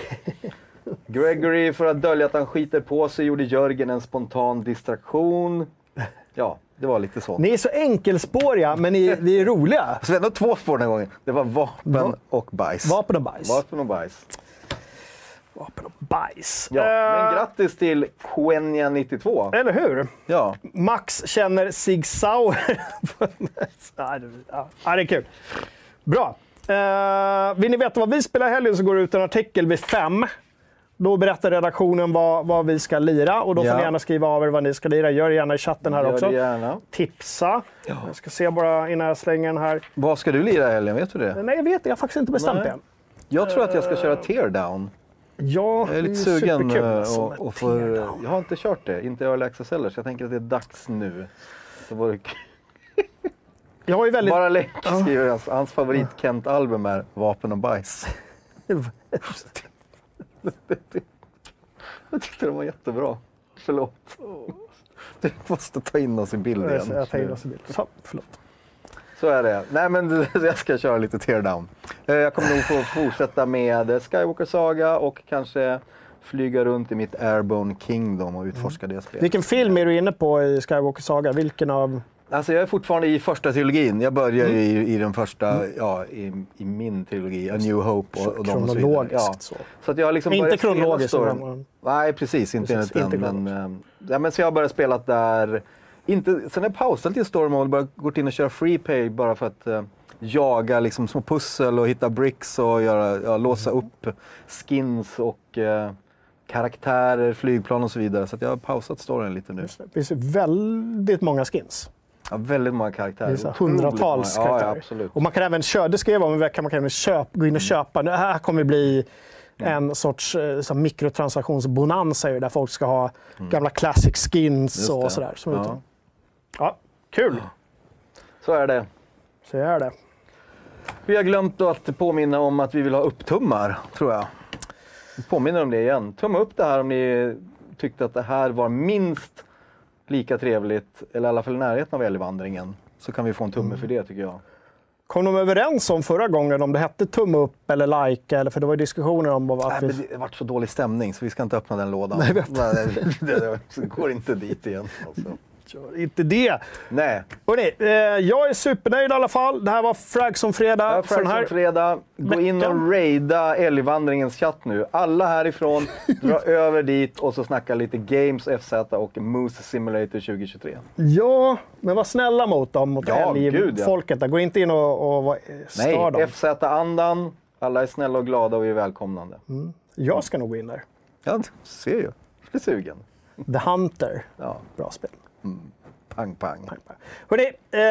Gregory, för att dölja att han skiter på sig, gjorde Jörgen en spontan distraktion. Ja, Det var lite så. Ni är så enkelspåriga, men ni, vi är roliga. Så vi hade två spår den här gången. Det var vapen Va? och bajs. Vapen och bajs. Vapen och bajs. Vapen och bajs. Ja, uh, men grattis till Quenya nittiotvå. Eller hur? Ja. Max känner Sig Sauer. ja, det är kul. Bra. Uh, vill ni veta vad vi spelar i helgen så går det ut en artikel vid fem. Då berättar redaktionen vad, vad vi ska lira och då ja. får ni gärna skriva av er vad ni ska lira. Gör det gärna i chatten här Gör också. Det gärna. Tipsa. Ja. Jag ska se bara innan jag slänger den här. Vad ska du lira i helgen? Vet du det? Nej, jag vet. Jag har faktiskt inte bestämt det än. Jag tror att jag ska köra Teardown. Ja, jag är lite det är sugen alltså, och, och för, jag har inte kört det, inte Early Access heller, så jag tänker att det är dags nu. Det var det... jag har ju väldigt... Bara länk skriver hans, hans favorit Kent-album är Vapen och bajs. Jag tyckte det var jättebra. Förlåt. Du måste ta in oss i bilden igen. Jag tar in oss i bilden. Så, förlåt. Så är det. Nej, men jag ska köra lite Teardown. Jag kommer nog få fortsätta med Skywalker Saga och kanske flyga runt i mitt Airborne Kingdom och utforska mm. det spelet. Vilken film är du inne på i Skywalker Saga? Vilken av... Alltså jag är fortfarande i första trilogin. Jag börjar mm. i, i den första, mm. ja, i, i min trilogi, A New Hope och, och de och så vidare. Ja. Så. Så att jag har liksom inte kronologiskt. Men... Nej, precis. Inte precis, inte den, men, ja, men så jag har börjat spela där. Inte, sen har jag pausat lite story mode och bara gått in och köra free pay bara för att uh, jaga liksom små pussel och hitta bricks och göra, ja, låsa upp skins och uh, karaktärer, flygplan och så vidare. Så att jag har pausat storyn lite nu. Det finns väldigt många skins. Ja, väldigt många karaktärer. Det är hundratals många. karaktärer. Ja, ja, absolut. Och man kan även köpa, det skrev om en vecka, man kan även köpa, gå in och köpa. Det här kommer bli en sorts så mikrotransaktionsbonanza där folk ska ha mm. gamla classic skins och sådär. Som ja. ja, kul! Så är det. Så är det. Vi har glömt att påminna om att vi vill ha upptummar, tror jag. Vi påminner om det igen. Tumma upp det här om ni tyckte att det här var minst lika trevligt, eller i alla fall i närheten av älgvandringen. Så kan vi få en tumme mm. för det, tycker jag. Kom de överens om förra gången om det hette tumme upp eller like? Eller, för det var ju diskussioner om att Nej, vi... men det har varit så dålig stämning så vi ska inte öppna den lådan. Nej, det, det, det går inte dit igen. Alltså. Inte det. Nej. Hörrni, eh, jag är supernöjd i alla fall. Det här var Fragson fredag. Ja, Fragson fredag. Gå veckan. in och raida älgvandringens chatt nu. Alla härifrån, dra över dit och så snacka lite Games, F Z och Moose Simulator tjugo tjugotre. Ja, men var snälla mot dem, mot ja, älgfolket. Ja. Gå inte in och, och stör Nej, dem. F Z-andan. Alla är snälla och glada och är välkomnande. Mm. Jag ska nog gå in där. Ja, ser ju. Jag blir sugen. The Hunter. Ja. Bra spel. Mm. Pang, pang. pang, pang. Hörrni,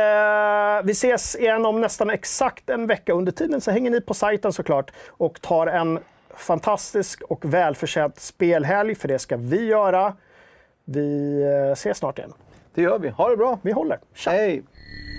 eh, vi ses igen om nästan exakt en vecka. Under tiden så hänger ni på sajten såklart och tar en fantastisk och välförtjänt spelhelg, för det ska vi göra. Vi eh, ses snart igen. Det gör vi. Ha det bra. Vi håller. Tja. Hej!